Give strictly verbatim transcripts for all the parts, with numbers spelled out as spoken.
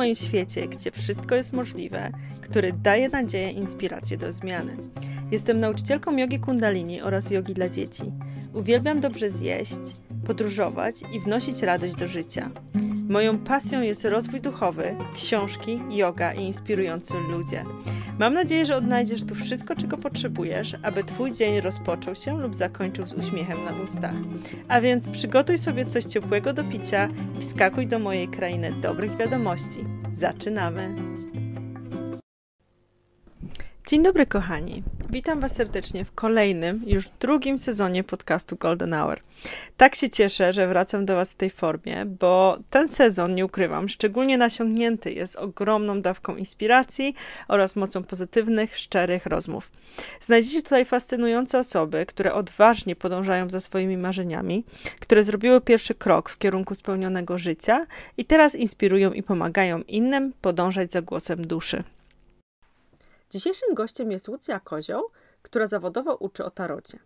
moim świecie, gdzie wszystko jest możliwe, który daje nadzieję i inspirację do zmiany. Jestem nauczycielką jogi kundalini oraz jogi dla dzieci. Uwielbiam dobrze zjeść, podróżować i wnosić radość do życia. Moją pasją jest rozwój duchowy, książki, joga i inspirujący ludzie. Mam nadzieję, że odnajdziesz tu wszystko, czego potrzebujesz, aby Twój dzień rozpoczął się lub zakończył z uśmiechem na ustach. A więc przygotuj sobie coś ciepłego do picia i wskakuj do mojej krainy dobrych wiadomości. Zaczynamy! Dzień dobry kochani, witam Was serdecznie w kolejnym, już drugim sezonie podcastu Golden Hour. Tak się cieszę, że wracam do Was w tej formie, bo ten sezon, nie ukrywam, szczególnie nasiągnięty jest ogromną dawką inspiracji oraz mocą pozytywnych, szczerych rozmów. Znajdziecie tutaj fascynujące osoby, które odważnie podążają za swoimi marzeniami, które zrobiły pierwszy krok w kierunku spełnionego życia i teraz inspirują i pomagają innym podążać za głosem duszy. Dzisiejszym gościem jest Łucja Kozioł, która zawodowo uczy o tarocie.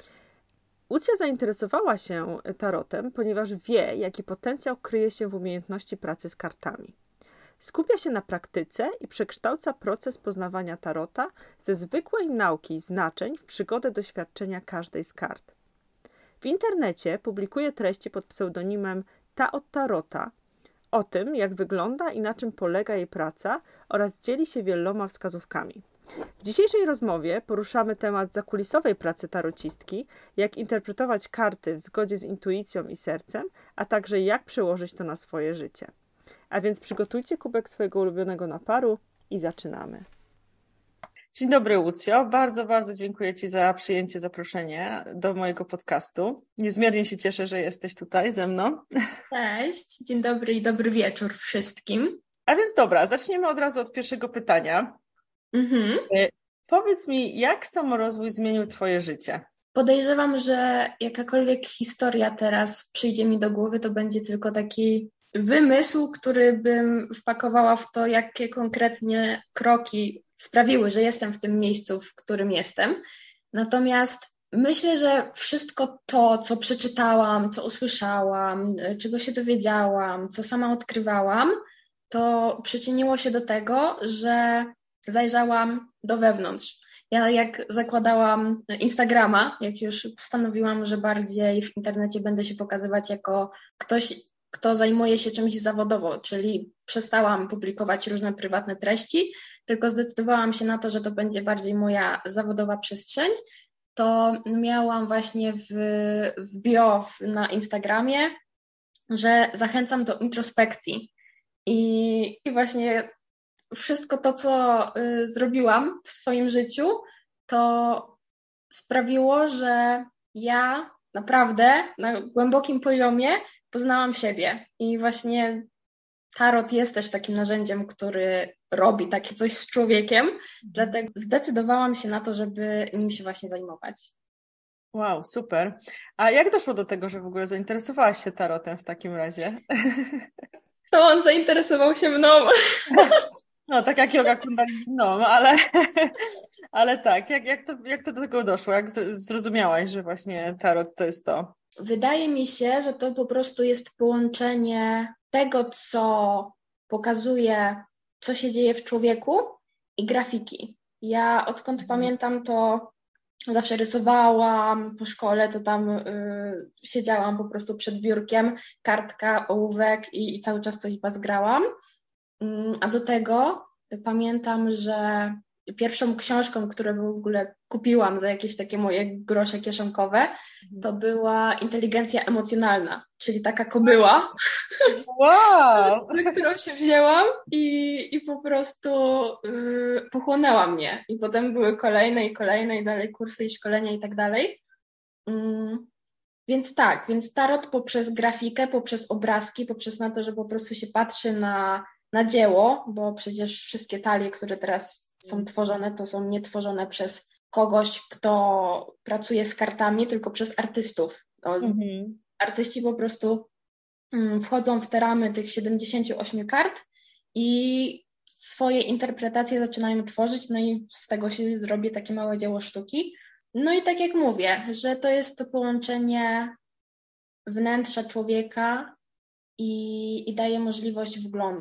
Łucja zainteresowała się tarotem, ponieważ wie, jaki potencjał kryje się w umiejętności pracy z kartami. Skupia się na praktyce i przekształca proces poznawania tarota ze zwykłej nauki znaczeń w przygodę doświadczenia każdej z kart. W internecie publikuje treści pod pseudonimem Ta od Tarota, o tym, jak wygląda i na czym polega jej praca oraz dzieli się wieloma wskazówkami. W dzisiejszej rozmowie poruszamy temat zakulisowej pracy tarocistki, jak interpretować karty w zgodzie z intuicją i sercem, a także jak przełożyć to na swoje życie. A więc przygotujcie kubek swojego ulubionego naparu i zaczynamy. Dzień dobry, Łucjo. Bardzo, bardzo dziękuję Ci za przyjęcie zaproszenia do mojego podcastu. Niezmiernie się cieszę, że jesteś tutaj ze mną. Cześć, dzień dobry i dobry wieczór wszystkim. A więc dobra, zaczniemy od razu od pierwszego pytania. Mhm. Powiedz mi, jak samorozwój zmienił Twoje życie? Podejrzewam, że jakakolwiek historia teraz przyjdzie mi do głowy, to będzie tylko taki wymysł, który bym wpakowała w to, jakie konkretnie kroki sprawiły, że jestem w tym miejscu, w którym jestem. Natomiast myślę, że wszystko to, co przeczytałam, co usłyszałam, czego się dowiedziałam, co sama odkrywałam, to przyczyniło się do tego, że zajrzałam do wewnątrz. Ja jak zakładałam Instagrama, jak już postanowiłam, że bardziej w internecie będę się pokazywać jako ktoś, kto zajmuje się czymś zawodowo, czyli przestałam publikować różne prywatne treści, tylko zdecydowałam się na to, że to będzie bardziej moja zawodowa przestrzeń, to miałam właśnie w, w bio na Instagramie, że zachęcam do introspekcji. I, i właśnie wszystko to, co y, zrobiłam w swoim życiu, to sprawiło, że ja naprawdę na głębokim poziomie poznałam siebie. I właśnie tarot jest też takim narzędziem, który robi takie coś z człowiekiem, dlatego zdecydowałam się na to, żeby nim się właśnie zajmować. Wow, super. A jak doszło do tego, że w ogóle zainteresowałaś się tarotem w takim razie? To on zainteresował się mną. No, tak jak joga kundalini, no, ale, ale tak, jak, jak, to, jak to do tego doszło? Jak zrozumiałaś, że właśnie tarot to jest to? Wydaje mi się, że to po prostu jest połączenie tego, co pokazuje, co się dzieje w człowieku i grafiki. Ja odkąd mhm. pamiętam, to zawsze rysowałam po szkole, to tam y, siedziałam po prostu przed biurkiem, kartka, ołówek i, i cały czas coś bazgrałam. Y, a do tego pamiętam, że pierwszą książką, którą w ogóle kupiłam za jakieś takie moje grosze kieszonkowe, to była Inteligencja emocjonalna, czyli taka kobyła, wow. za którą się wzięłam i, i po prostu yy, pochłonęła mnie. I potem były kolejne i kolejne i dalej kursy i szkolenia i tak dalej. Yy, więc tak, więc tarot poprzez grafikę, poprzez obrazki, poprzez na to, że po prostu się patrzy na, na dzieło, bo przecież wszystkie talie, które teraz są tworzone, to są nie tworzone przez kogoś, kto pracuje z kartami, tylko przez artystów. No, mhm. Artyści po prostu mm, wchodzą w te ramy tych siedemdziesięciu ośmiu kart i swoje interpretacje zaczynają tworzyć, no i z tego się zrobi takie małe dzieło sztuki. No i tak jak mówię, że to jest to połączenie wnętrza człowieka i, i daje możliwość wglądu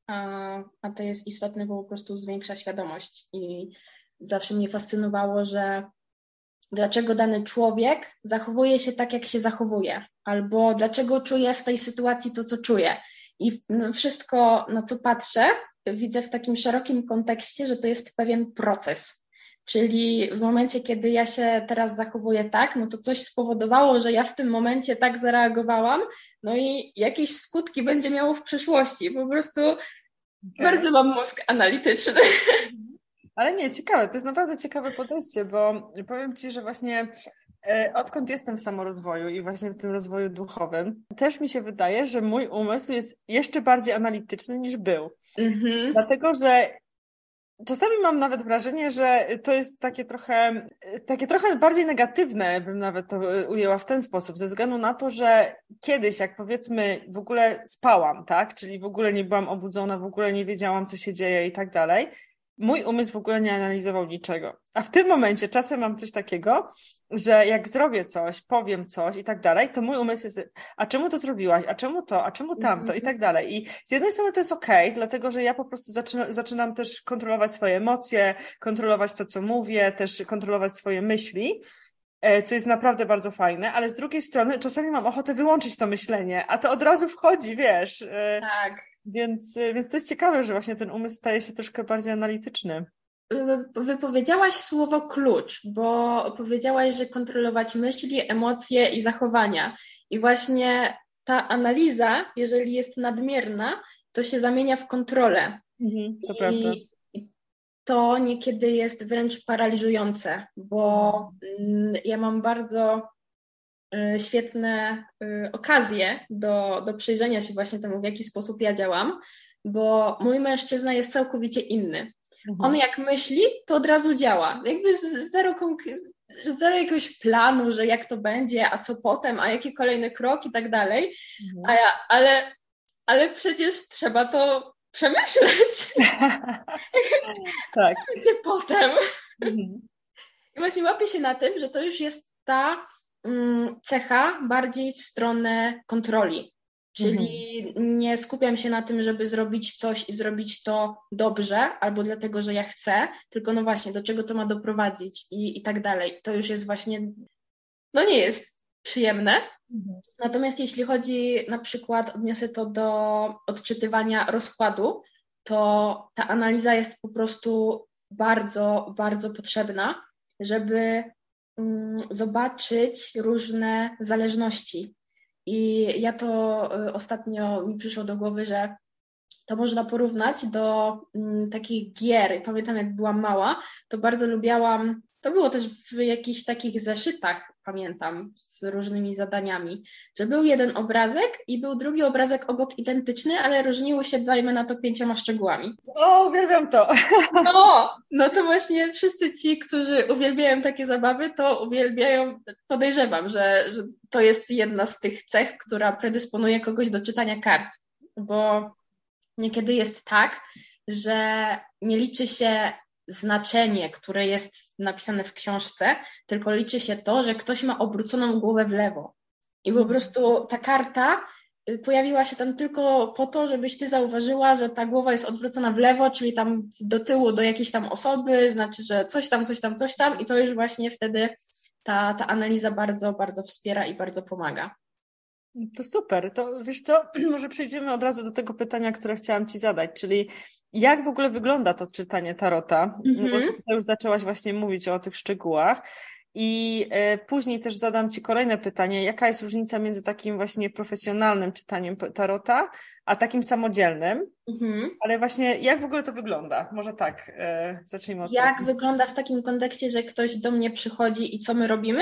a, a to jest istotne, bo po prostu zwiększa świadomość. I zawsze mnie fascynowało, że dlaczego dany człowiek zachowuje się tak, jak się zachowuje, albo dlaczego czuje w tej sytuacji to, co czuje. I no, wszystko, na co patrzę, widzę w takim szerokim kontekście, że to jest pewien proces. Czyli w momencie, kiedy ja się teraz zachowuję tak, no to coś spowodowało, że ja w tym momencie tak zareagowałam, no i jakieś skutki będzie miało w przyszłości. Po prostu okay. Bardzo mam mózg analityczny. Ale nie, ciekawe, to jest naprawdę ciekawe podejście, bo powiem Ci, że właśnie odkąd jestem w samorozwoju i właśnie w tym rozwoju duchowym, też mi się wydaje, że mój umysł jest jeszcze bardziej analityczny niż był. Mm-hmm. Dlatego, że czasami mam nawet wrażenie, że to jest takie trochę, takie trochę bardziej negatywne, bym nawet to ujęła w ten sposób, ze względu na to, że kiedyś, jak powiedzmy w ogóle spałam, tak, czyli w ogóle nie byłam obudzona, w ogóle nie wiedziałam, co się dzieje i tak dalej, mój umysł w ogóle nie analizował niczego. A w tym momencie czasem mam coś takiego, że jak zrobię coś, powiem coś i tak dalej, to mój umysł jest, a czemu to zrobiłaś, a czemu to, a czemu tamto i tak dalej. I z jednej strony to jest okej, okay, dlatego że ja po prostu zaczynam, zaczynam też kontrolować swoje emocje, kontrolować to, co mówię, też kontrolować swoje myśli, co jest naprawdę bardzo fajne, ale z drugiej strony czasami mam ochotę wyłączyć to myślenie, a to od razu wchodzi, wiesz. Tak. Więc, więc to jest ciekawe, że właśnie ten umysł staje się troszkę bardziej analityczny. Wypowiedziałaś słowo klucz, bo powiedziałaś, że kontrolować myśli, emocje i zachowania. I właśnie ta analiza, jeżeli jest nadmierna, to się zamienia w kontrolę. Mhm, to I prawda. to niekiedy jest wręcz paraliżujące, bo ja mam bardzo świetne okazje do, do przyjrzenia się właśnie temu, w jaki sposób ja działam, bo mój mężczyzna jest całkowicie inny. Mhm. On jak myśli, to od razu działa. Jakby zero, zero jakiegoś planu, że jak to będzie, a co potem, a jaki kolejny krok i tak dalej. Mhm. A ja, ale, ale przecież trzeba to przemyśleć. Tak. Co będzie potem? Mhm. I właśnie łapię się na tym, że to już jest ta um, cecha bardziej w stronę kontroli. Czyli mhm. nie skupiam się na tym, żeby zrobić coś i zrobić to dobrze, albo dlatego, że ja chcę, tylko no właśnie, do czego to ma doprowadzić i, i tak dalej. To już jest właśnie, no nie jest przyjemne. Mhm. Natomiast jeśli chodzi na przykład, odniosę to do odczytywania rozkładu, to ta analiza jest po prostu bardzo, bardzo potrzebna, żeby um, zobaczyć różne zależności. I ja to ostatnio mi przyszło do głowy, że to można porównać do um, takich gier. Pamiętam, jak byłam mała, to bardzo lubiałam, to było też w jakichś takich zeszytach, pamiętam, z różnymi zadaniami, że był jeden obrazek i był drugi obrazek obok identyczny, ale różniły się, dajmy na to, pięcioma szczegółami. O, uwielbiam to! No, no to właśnie wszyscy ci, którzy uwielbiają takie zabawy, to uwielbiają, podejrzewam, że, że to jest jedna z tych cech, która predysponuje kogoś do czytania kart, bo niekiedy jest tak, że nie liczy się znaczenie, które jest napisane w książce, tylko liczy się to, że ktoś ma obróconą głowę w lewo. I po prostu ta karta pojawiła się tam tylko po to, żebyś ty zauważyła, że ta głowa jest odwrócona w lewo, czyli tam do tyłu do jakiejś tam osoby, znaczy, że coś tam, coś tam, coś tam i to już właśnie wtedy ta, ta analiza bardzo, bardzo wspiera i bardzo pomaga. To super. To wiesz co, może przejdziemy od razu do tego pytania, które chciałam ci zadać, czyli jak w ogóle wygląda to czytanie tarota? Mm-hmm. Bo tutaj już zaczęłaś właśnie mówić o tych szczegółach i e, później też zadam ci kolejne pytanie, jaka jest różnica między takim właśnie profesjonalnym czytaniem tarota, a takim samodzielnym? Mm-hmm. Ale właśnie jak w ogóle to wygląda? Może tak, e, zacznijmy od tego. Jak wygląda w takim kontekście, że ktoś do mnie przychodzi i co my robimy?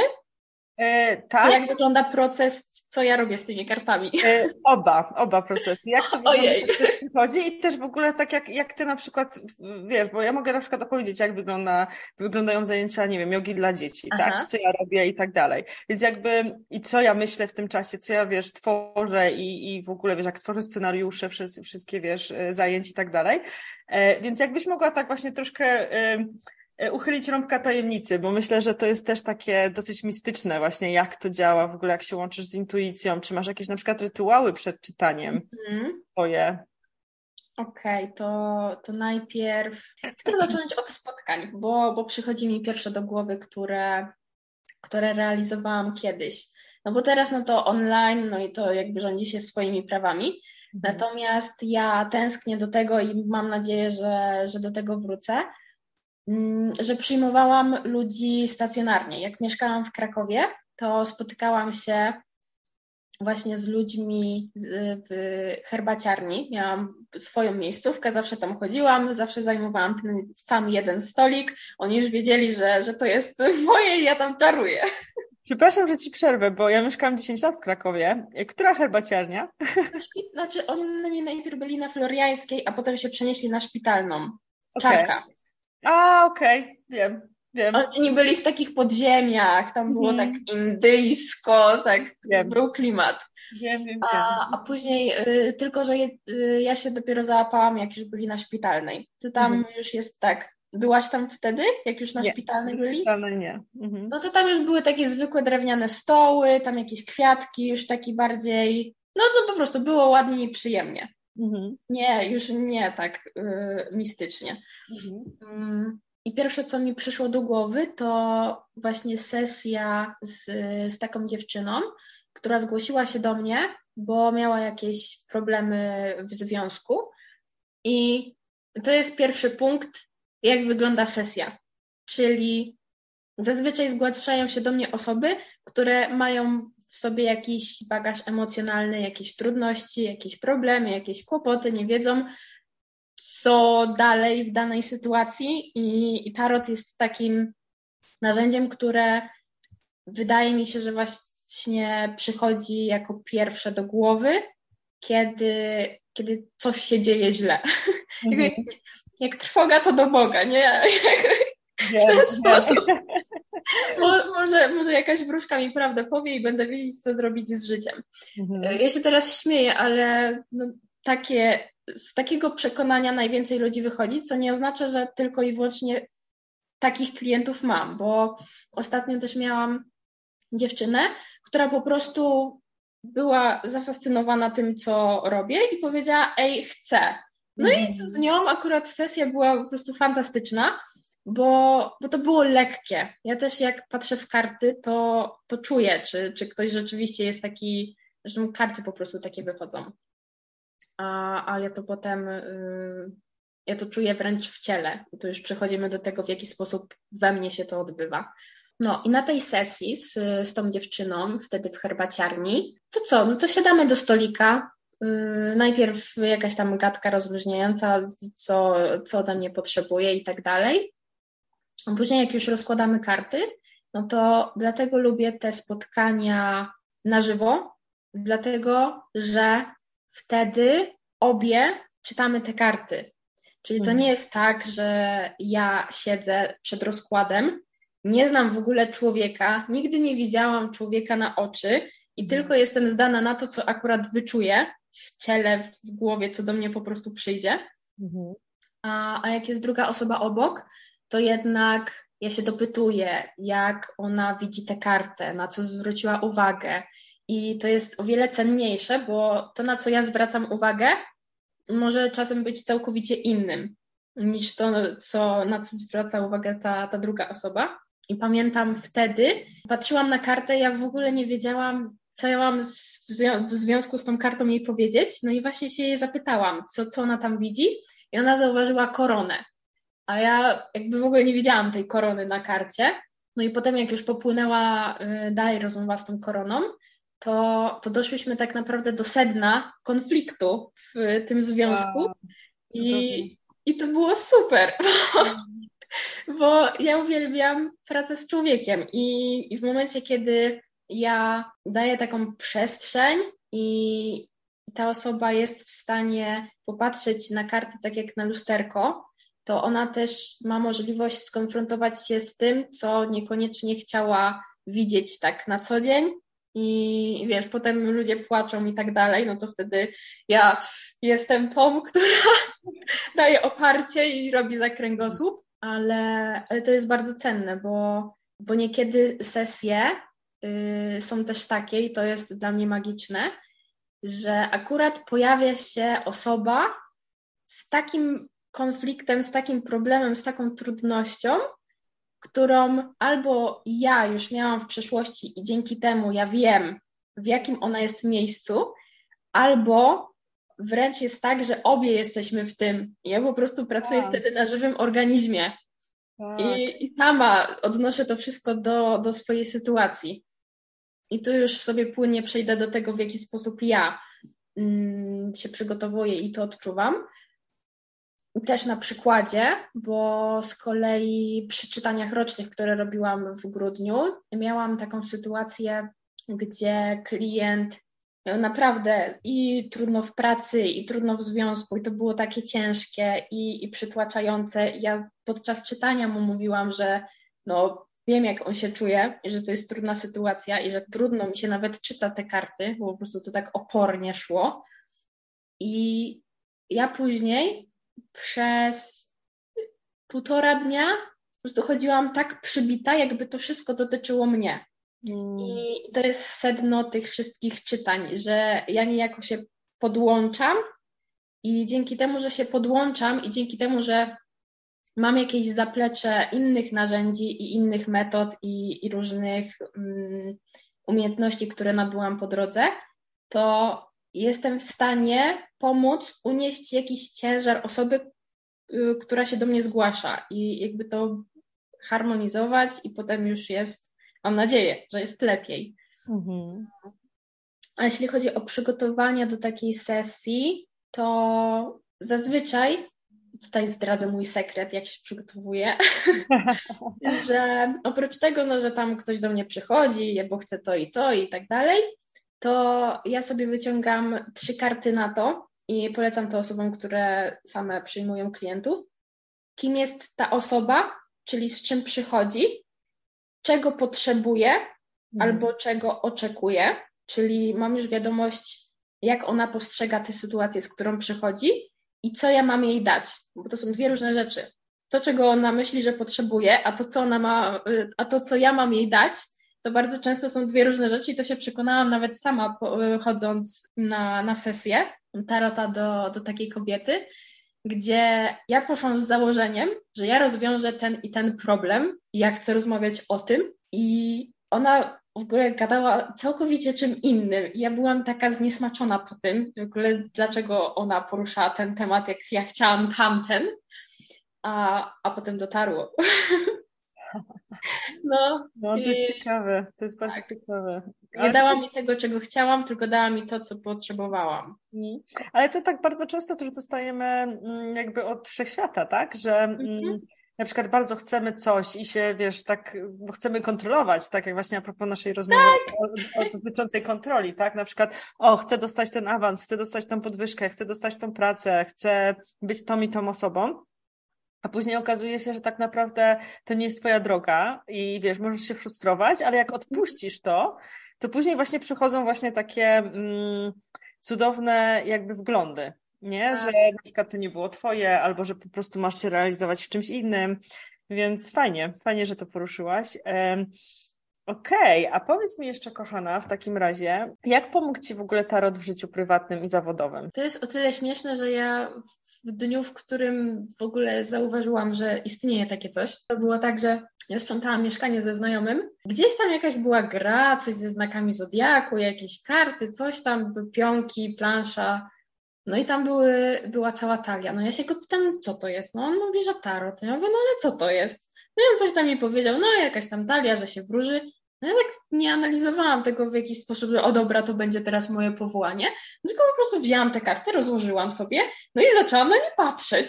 E, tak. Jak wygląda proces, co ja robię z tymi kartami? E, oba, oba procesy. Jak to wygląda, jak ktoś przychodzi i też w ogóle tak jak, jak ty na przykład, wiesz, bo ja mogę na przykład opowiedzieć, jak wygląda, wyglądają zajęcia, nie wiem, jogi dla dzieci, Aha. tak? Co ja robię i tak dalej. Więc jakby i co ja myślę w tym czasie, co ja, wiesz, tworzę i, i w ogóle, wiesz, jak tworzę scenariusze, wszystkie, wszystkie wiesz, zajęć i tak dalej. E, więc jakbyś mogła tak właśnie troszkę... E, uchylić rąbka tajemnicy, bo myślę, że to jest też takie dosyć mistyczne właśnie, jak to działa, w ogóle jak się łączysz z intuicją, czy masz jakieś na przykład rytuały przed czytaniem mm-hmm. twoje? Okej, okay, to, to najpierw chcę zacząć od spotkań, bo, bo przychodzi mi pierwsze do głowy, które, które realizowałam kiedyś. No bo teraz no to online, no i to jakby rządzi się swoimi prawami. Mhm. Natomiast ja tęsknię do tego i mam nadzieję, że, że do tego wrócę, że przyjmowałam ludzi stacjonarnie. Jak mieszkałam w Krakowie, to spotykałam się właśnie z ludźmi w herbaciarni. Miałam swoją miejscówkę, zawsze tam chodziłam, zawsze zajmowałam ten sam jeden stolik. Oni już wiedzieli, że, że to jest moje i ja tam czaruję. Przepraszam, że ci przerwę, bo ja mieszkałam dziesięć lat w Krakowie. Która herbaciarnia? Znaczy oni najpierw byli na Floriańskiej, a potem się przenieśli na Szpitalną. Okay. Czarka. A, okej, okay. wiem, wiem. Oni byli w takich podziemiach, tam było mm. tak indyjsko, tak wiem. Był klimat. Wiem, wiem, wiem. A, a później, y, tylko że je, y, ja się dopiero załapałam, jak już byli na Szpitalnej. To tam mhm. już jest tak. Byłaś tam wtedy, jak już na nie, Szpitalnej byli? Szpitalnej nie. Mhm. No to tam już były takie zwykłe drewniane stoły, tam jakieś kwiatki, już taki bardziej, no, no po prostu było ładnie i przyjemnie. Mhm. Nie, już nie tak y, mistycznie. Mhm. I pierwsze, co mi przyszło do głowy, to właśnie sesja z, z taką dziewczyną, która zgłosiła się do mnie, bo miała jakieś problemy w związku. I to jest pierwszy punkt, jak wygląda sesja. Czyli zazwyczaj zgłaszają się do mnie osoby, które mają w sobie jakiś bagaż emocjonalny, jakieś trudności, jakieś problemy, jakieś kłopoty, nie wiedzą, co dalej w danej sytuacji i, i tarot jest takim narzędziem, które wydaje mi się, że właśnie przychodzi jako pierwsze do głowy, kiedy, kiedy coś się dzieje źle. Mhm. jak, jak trwoga, to do Boga, nie? W ten sposób. Mo, może, może jakaś wróżka mi prawdę powie i będę wiedzieć, co zrobić z życiem. Mhm. Ja się teraz śmieję, ale no, takie, z takiego przekonania najwięcej ludzi wychodzi, co nie oznacza, że tylko i wyłącznie takich klientów mam, bo ostatnio też miałam dziewczynę, która po prostu była zafascynowana tym, co robię i powiedziała, ej, chcę. No mhm. i z nią akurat sesja była po prostu fantastyczna, bo, bo to było lekkie. Ja też jak patrzę w karty, to, to czuję, czy, czy ktoś rzeczywiście jest taki, że karty po prostu takie wychodzą. A, a ja to potem, yy, ja to czuję wręcz w ciele. I to już przechodzimy do tego, w jaki sposób we mnie się to odbywa. No i na tej sesji z, z tą dziewczyną, wtedy w herbaciarni, to co? No to siadamy do stolika. Yy, najpierw jakaś tam gadka rozluźniająca, co, co ode mnie potrzebuje i tak dalej. A później jak już rozkładamy karty, no to dlatego lubię te spotkania na żywo, dlatego, że wtedy obie czytamy te karty. Czyli to nie jest tak, że ja siedzę przed rozkładem, nie znam w ogóle człowieka, nigdy nie widziałam człowieka na oczy i tylko jestem zdana na to, co akurat wyczuję w ciele, w głowie, co do mnie po prostu przyjdzie. Mhm. A, a jak jest druga osoba obok, to jednak ja się dopytuję, jak ona widzi tę kartę, na co zwróciła uwagę. I to jest o wiele cenniejsze, bo to, na co ja zwracam uwagę, może czasem być całkowicie innym niż to, co, na co zwraca uwagę ta, ta druga osoba. I pamiętam wtedy, patrzyłam na kartę, ja w ogóle nie wiedziałam, co ja mam z, w związku z tą kartą jej powiedzieć. No i właśnie się jej zapytałam, co, co ona tam widzi. I ona zauważyła koronę. A ja jakby w ogóle nie widziałam tej korony na karcie. No i potem jak już popłynęła dalej rozmowa z tą koroną, to, to doszliśmy tak naprawdę do sedna konfliktu w tym związku. Wow. I, I to było super, bo, bo ja uwielbiam pracę z człowiekiem i, i w momencie, kiedy ja daję taką przestrzeń i ta osoba jest w stanie popatrzeć na karty tak jak na lusterko, to ona też ma możliwość skonfrontować się z tym, co niekoniecznie chciała widzieć tak na co dzień. I wiesz, potem ludzie płaczą i tak dalej, no to wtedy ja jestem tą, która daje oparcie i robi za kręgosłup, ale, ale to jest bardzo cenne, bo, bo niekiedy sesje y, są też takie i to jest dla mnie magiczne, że akurat pojawia się osoba, z takim konfliktem, z takim problemem, z taką trudnością, którą albo ja już miałam w przeszłości i dzięki temu ja wiem, w jakim ona jest miejscu, albo wręcz jest tak, że obie jesteśmy w tym. Ja po prostu pracuję Tak. wtedy na żywym organizmie Tak. i, i sama odnoszę to wszystko do, do swojej sytuacji. I tu już sobie płynnie przejdę do tego, w jaki sposób ja mm, się przygotowuję i to odczuwam. I też na przykładzie, bo z kolei przy czytaniach rocznych, które robiłam w grudniu, miałam taką sytuację, gdzie klient miał naprawdę i trudno w pracy, i trudno w związku, i to było takie ciężkie i, i przytłaczające. Ja podczas czytania mu mówiłam, że no, wiem, jak on się czuje, i że to jest trudna sytuacja i że trudno mi się nawet czyta te karty, bo po prostu to tak opornie szło. I ja później przez półtora dnia po prostu chodziłam tak przybita, jakby to wszystko dotyczyło mnie. Mm. I to jest sedno tych wszystkich czytań, że ja niejako się podłączam i dzięki temu, że się podłączam i dzięki temu, że mam jakieś zaplecze innych narzędzi i innych metod i, i różnych um, umiejętności, które nabyłam po drodze, to jestem w stanie pomóc unieść jakiś ciężar osoby, y, która się do mnie zgłasza i jakby to harmonizować i potem już jest, mam nadzieję, że jest lepiej. Mhm. A jeśli chodzi o przygotowania do takiej sesji, to zazwyczaj, tutaj zdradzę mój sekret, jak się przygotowuję, że oprócz tego, no, że tam ktoś do mnie przychodzi, bo chce to i to i tak dalej, to ja sobie wyciągam trzy karty na to i polecam to osobom, które same przyjmują klientów. Kim jest ta osoba, czyli z czym przychodzi, czego potrzebuje mhm. albo czego oczekuje, czyli mam już wiadomość, jak ona postrzega tę sytuację, z którą przychodzi i co ja mam jej dać, bo to są dwie różne rzeczy. To, czego ona myśli, że potrzebuje, a to, co ona ma, a to, co ja mam jej dać, to bardzo często są dwie różne rzeczy i to się przekonałam nawet sama chodząc na, na sesję tarota do, do takiej kobiety, gdzie ja poszłam z założeniem, że ja rozwiążę ten i ten problem i ja chcę rozmawiać o tym i ona w ogóle gadała całkowicie czym innym i ja byłam taka zniesmaczona po tym, w ogóle dlaczego ona poruszała ten temat, jak ja chciałam tamten, a, a potem dotarło. No, no to jest i... ciekawe, to jest bardzo tak. ciekawe. Nie dała mi tego, czego chciałam, tylko dała mi to, co potrzebowałam. Ale to tak bardzo często też dostajemy jakby od wszechświata, tak? Że mm-hmm. na przykład bardzo chcemy coś i się, wiesz, tak, bo chcemy kontrolować, tak jak właśnie a propos naszej rozmowy tak. o, o dotyczącej kontroli, tak? Na przykład, o, chcę dostać ten awans, chcę dostać tą podwyżkę, chcę dostać tą pracę, chcę być tą i tą osobą. A później okazuje się, że tak naprawdę to nie jest twoja droga i wiesz, możesz się frustrować, ale jak odpuścisz to, to później właśnie przychodzą właśnie takie mm, cudowne jakby wglądy, nie? Tak. Że na przykład to nie było twoje, albo że po prostu masz się realizować w czymś innym, więc fajnie, fajnie, że to poruszyłaś. Um, Okej, okay. A powiedz mi jeszcze, kochana, w takim razie, jak pomógł ci w ogóle tarot w życiu prywatnym i zawodowym? To jest o tyle śmieszne, że ja w dniu, w którym w ogóle zauważyłam, że istnieje takie coś, to było tak, że ja sprzątałam mieszkanie ze znajomym, gdzieś tam jakaś była gra, coś ze znakami zodiaku, jakieś karty, coś tam, pionki, plansza, no i tam były, była cała talia. No ja się go pytam, co to jest? No on mówi, że tarot. Ja mówię, no ale co to jest? No i on coś tam mi powiedział, no jakaś tam talia, że się wróży. No ja tak nie analizowałam tego w jakiś sposób, że o dobra, to będzie teraz moje powołanie, tylko po prostu wzięłam te karty, rozłożyłam sobie, no i zaczęłam na nie patrzeć.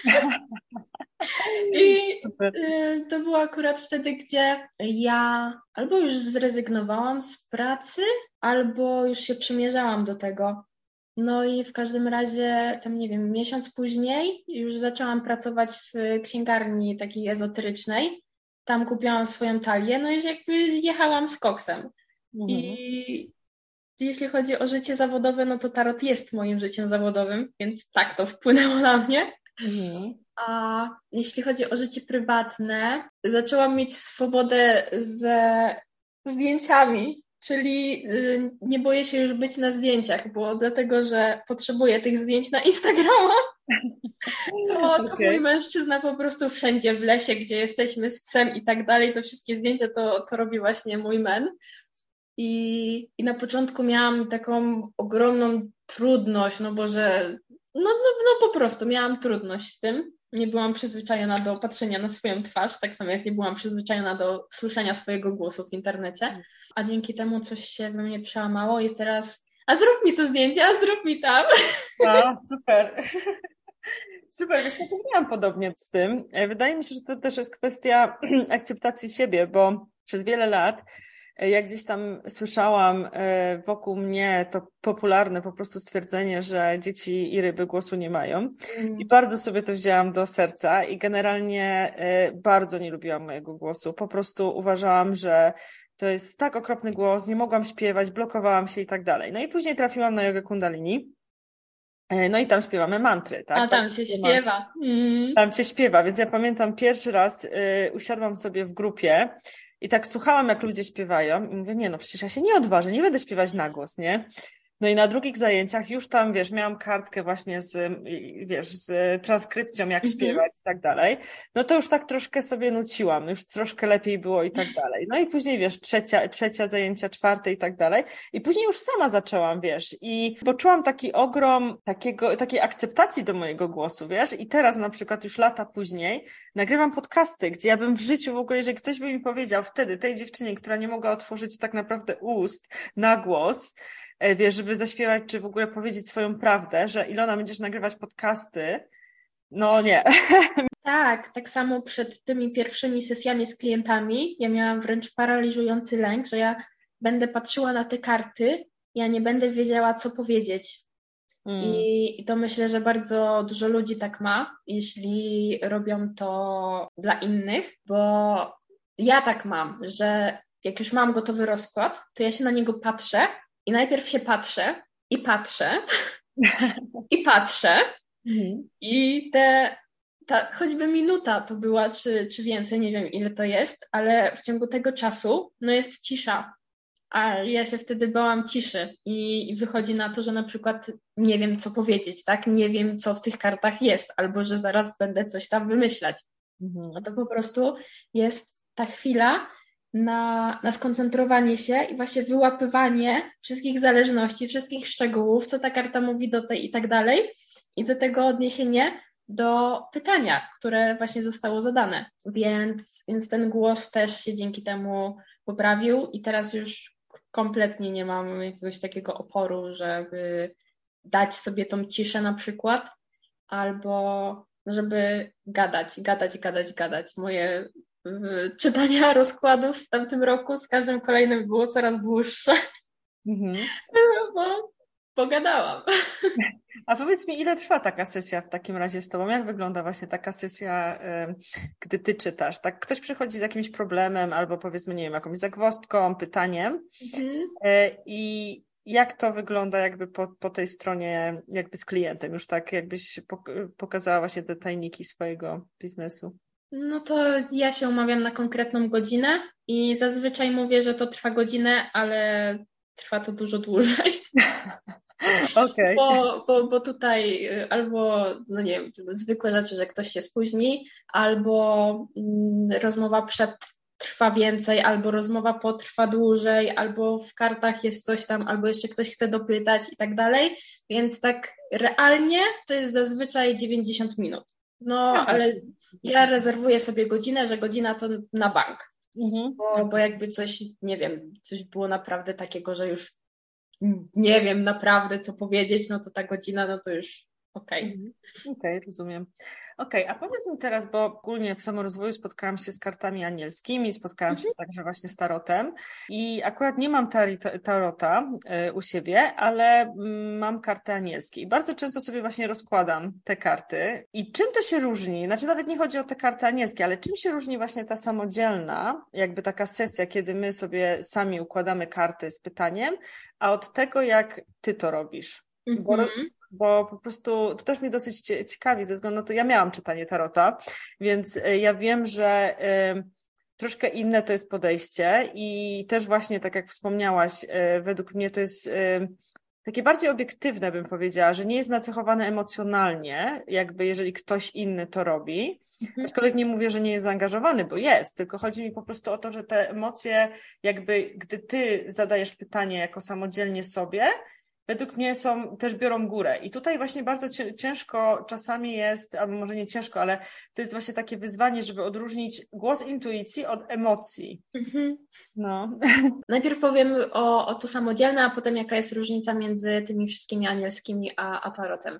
I Super. To było akurat wtedy, gdzie ja albo już zrezygnowałam z pracy, albo już się przymierzałam do tego. No i w każdym razie, tam nie wiem, miesiąc później już zaczęłam pracować w księgarni takiej ezoterycznej. Tam kupiłam swoją talię, no i jakby zjechałam z koksem. Mhm. I jeśli chodzi o życie zawodowe, no to tarot jest moim życiem zawodowym, więc tak to wpłynęło na mnie. Mhm. A jeśli chodzi o życie prywatne, zaczęłam mieć swobodę ze zdjęciami. Czyli y, nie boję się już być na zdjęciach, bo dlatego, że potrzebuję tych zdjęć na Instagrama, to, to mój Okej. mężczyzna po prostu wszędzie w lesie, gdzie jesteśmy z psem i tak dalej, to wszystkie zdjęcia to, to robi właśnie mój men. I, I na początku miałam taką ogromną trudność, no bo że, no, no, no po prostu miałam trudność z tym. Nie byłam przyzwyczajona do patrzenia na swoją twarz, tak samo jak nie byłam przyzwyczajona do słyszenia swojego głosu w internecie, a dzięki temu coś się we mnie przełamało i teraz, a zrób mi to zdjęcie, a zrób mi tam. A, super. Super, wiesz, ja też miałam podobnie z tym. E, Wydaje mi się, że to też jest kwestia akceptacji siebie, bo przez wiele lat, e, jak gdzieś tam słyszałam e, wokół mnie to popularne po prostu stwierdzenie, że dzieci i ryby głosu nie mają. I Mm. bardzo sobie to wzięłam do serca i generalnie e, bardzo nie lubiłam mojego głosu. Po prostu uważałam, że to jest tak okropny głos, nie mogłam śpiewać, blokowałam się i tak dalej. No i później trafiłam na jogę kundalini. E, No i tam śpiewamy mantry, tak? A tam się śpiewa. Mm. Tam się śpiewa, więc ja pamiętam pierwszy raz y, usiadłam sobie w grupie i tak słuchałam, jak ludzie śpiewają i mówię, nie no, przecież ja się nie odważę, nie będę śpiewać na głos, nie? No i na drugich zajęciach już tam, wiesz, miałam kartkę właśnie z, y, wiesz, z transkrypcją, jak Mhm. śpiewać i tak dalej. No to już tak troszkę sobie nuciłam, już troszkę lepiej było i tak dalej. No i później, wiesz, trzecia, trzecia zajęcia, czwarte i tak dalej. I później już sama zaczęłam, wiesz, i poczułam taki ogrom takiego, takiej akceptacji do mojego głosu, wiesz, i teraz na przykład już lata później nagrywam podcasty, gdzie ja bym w życiu w ogóle, jeżeli ktoś by mi powiedział wtedy, tej dziewczynie, która nie mogła otworzyć tak naprawdę ust na głos, e, wiesz, żeby zaśpiewać, czy w ogóle powiedzieć swoją prawdę, że Ilona, będziesz nagrywać podcasty, no nie. Tak, tak samo przed tymi pierwszymi sesjami z klientami ja miałam wręcz paraliżujący lęk, że ja będę patrzyła na te karty, ja nie będę wiedziała, co powiedzieć. Mm. I, I to myślę, że bardzo dużo ludzi tak ma, jeśli robią to dla innych, bo ja tak mam, że jak już mam gotowy rozkład, to ja się na niego patrzę i najpierw się patrzę i patrzę i patrzę Mhm. i te ta, choćby minuta to była, czy, czy więcej, nie wiem ile to jest, ale w ciągu tego czasu no jest cisza, a ja się wtedy bałam ciszy i, i wychodzi na to, że na przykład nie wiem co powiedzieć, tak, nie wiem co w tych kartach jest, albo że zaraz będę coś tam wymyślać. Mhm. A to po prostu jest ta chwila na, na skoncentrowanie się i właśnie wyłapywanie wszystkich zależności, wszystkich szczegółów, co ta karta mówi do tej i tak dalej, i do tego odniesienie do pytania, które właśnie zostało zadane. Więc, więc ten głos też się dzięki temu poprawił i teraz już kompletnie nie mam jakiegoś takiego oporu, żeby dać sobie tą ciszę na przykład, albo żeby gadać, gadać, gadać, gadać. Moje y, czytania rozkładów w tamtym roku z każdym kolejnym było coraz dłuższe, Mhm. bo pogadałam. A powiedz mi, ile trwa taka sesja w takim razie z tobą? Jak wygląda właśnie taka sesja, y, gdy ty czytasz? Tak, ktoś przychodzi z jakimś problemem albo powiedzmy, nie wiem, jakąś zagwozdką, pytaniem Mhm. y, i jak to wygląda jakby po, po tej stronie jakby z klientem? Już tak jakbyś pok- pokazała właśnie te tajniki swojego biznesu. No to ja się umawiam na konkretną godzinę i zazwyczaj mówię, że to trwa godzinę, ale trwa to dużo dłużej. Okej. Bo, bo, bo tutaj y, albo, no nie wiem, zwykłe rzeczy, że ktoś się spóźni, albo mm, rozmowa przed trwa więcej, albo rozmowa po trwa dłużej, albo w kartach jest coś tam, albo jeszcze ktoś chce dopytać i tak dalej. Więc tak realnie to jest zazwyczaj dziewięćdziesiąt minut. No, ale ja rezerwuję sobie godzinę, że godzina to na bank. Mhm. Bo, bo jakby coś, nie wiem, coś było naprawdę takiego, że już nie wiem naprawdę, co powiedzieć, no to ta godzina, no to już okej. Mhm. Okej, rozumiem. Okej, a powiedz mi teraz, bo ogólnie w samorozwoju spotkałam się z kartami anielskimi, spotkałam się także właśnie z tarotem i akurat nie mam tari- tarota y, u siebie, ale mm, mam karty anielskie i bardzo często sobie właśnie rozkładam te karty i czym to się różni? Znaczy nawet nie chodzi o te karty anielskie, ale czym się różni właśnie ta samodzielna, jakby taka sesja, kiedy my sobie sami układamy karty z pytaniem, a od tego, jak ty to robisz? Bo Mhm. bo po prostu to też mnie dosyć ciekawi, ze względu na to, ja miałam czytanie tarota, więc y, ja wiem, że y, troszkę inne to jest podejście i też właśnie, tak jak wspomniałaś, według mnie to jest takie bardziej obiektywne, bym powiedziała, że nie jest nacechowane emocjonalnie, jakby jeżeli ktoś inny to robi. Mhm. Aczkolwiek nie mówię, że nie jest zaangażowany, bo jest, tylko chodzi mi po prostu o to, że te emocje, jakby gdy ty zadajesz pytanie jako samodzielnie sobie, według mnie są, też biorą górę. I tutaj właśnie bardzo ciężko czasami jest, albo może nie ciężko, ale to jest właśnie takie wyzwanie, żeby odróżnić głos intuicji od emocji. Mhm. No. Najpierw powiem o, o to samodzielne, a potem jaka jest różnica między tymi wszystkimi anielskimi a, a tarotem.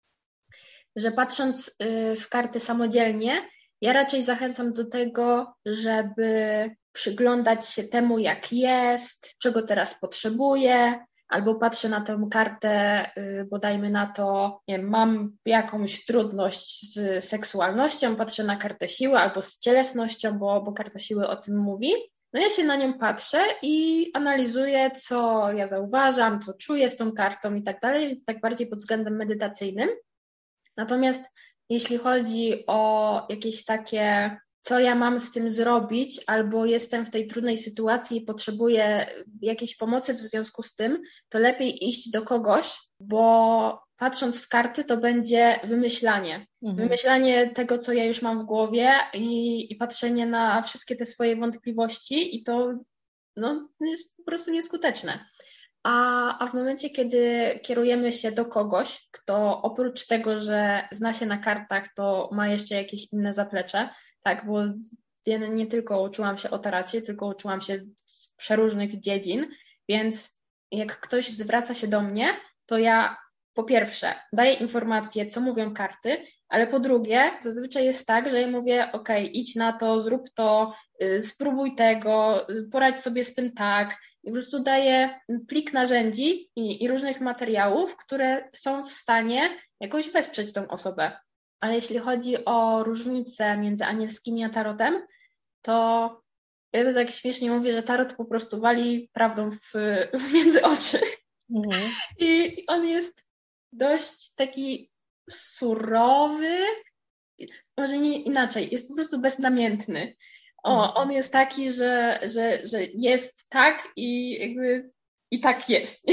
Że patrząc w karty samodzielnie, ja raczej zachęcam do tego, żeby przyglądać się temu, jak jest, czego teraz potrzebuję, albo patrzę na tę kartę, bo dajmy na to, nie wiem, mam jakąś trudność z seksualnością, patrzę na kartę siły albo z cielesnością, bo, bo karta siły o tym mówi. No ja się na nią patrzę i analizuję, co ja zauważam, co czuję z tą kartą i tak dalej, więc tak bardziej pod względem medytacyjnym. Natomiast jeśli chodzi o jakieś takie, co ja mam z tym zrobić, albo jestem w tej trudnej sytuacji i potrzebuję jakiejś pomocy w związku z tym, to lepiej iść do kogoś, bo patrząc w karty, to będzie wymyślanie. Mhm. Wymyślanie tego, co ja już mam w głowie i, i patrzenie na wszystkie te swoje wątpliwości i to no, jest po prostu nieskuteczne. A, a w momencie, kiedy kierujemy się do kogoś, kto oprócz tego, że zna się na kartach, to ma jeszcze jakieś inne zaplecze, tak, bo ja nie tylko uczyłam się o tarocie, tylko uczyłam się z przeróżnych dziedzin, więc jak ktoś zwraca się do mnie, to ja po pierwsze daję informacje, co mówią karty, ale po drugie zazwyczaj jest tak, że ja mówię, ok, idź na to, zrób to, yy, spróbuj tego, yy, poradź sobie z tym tak i po prostu daję plik narzędzi i, i różnych materiałów, które są w stanie jakoś wesprzeć tą osobę. Ale jeśli chodzi o różnicę między anielskimi a tarotem, to ja to tak śmiesznie mówię, że tarot po prostu wali prawdą w, w między oczy. Mhm. I on jest dość taki surowy, może nie inaczej, jest po prostu beznamiętny. O, on jest taki, że, że, że jest tak i jakby i tak jest.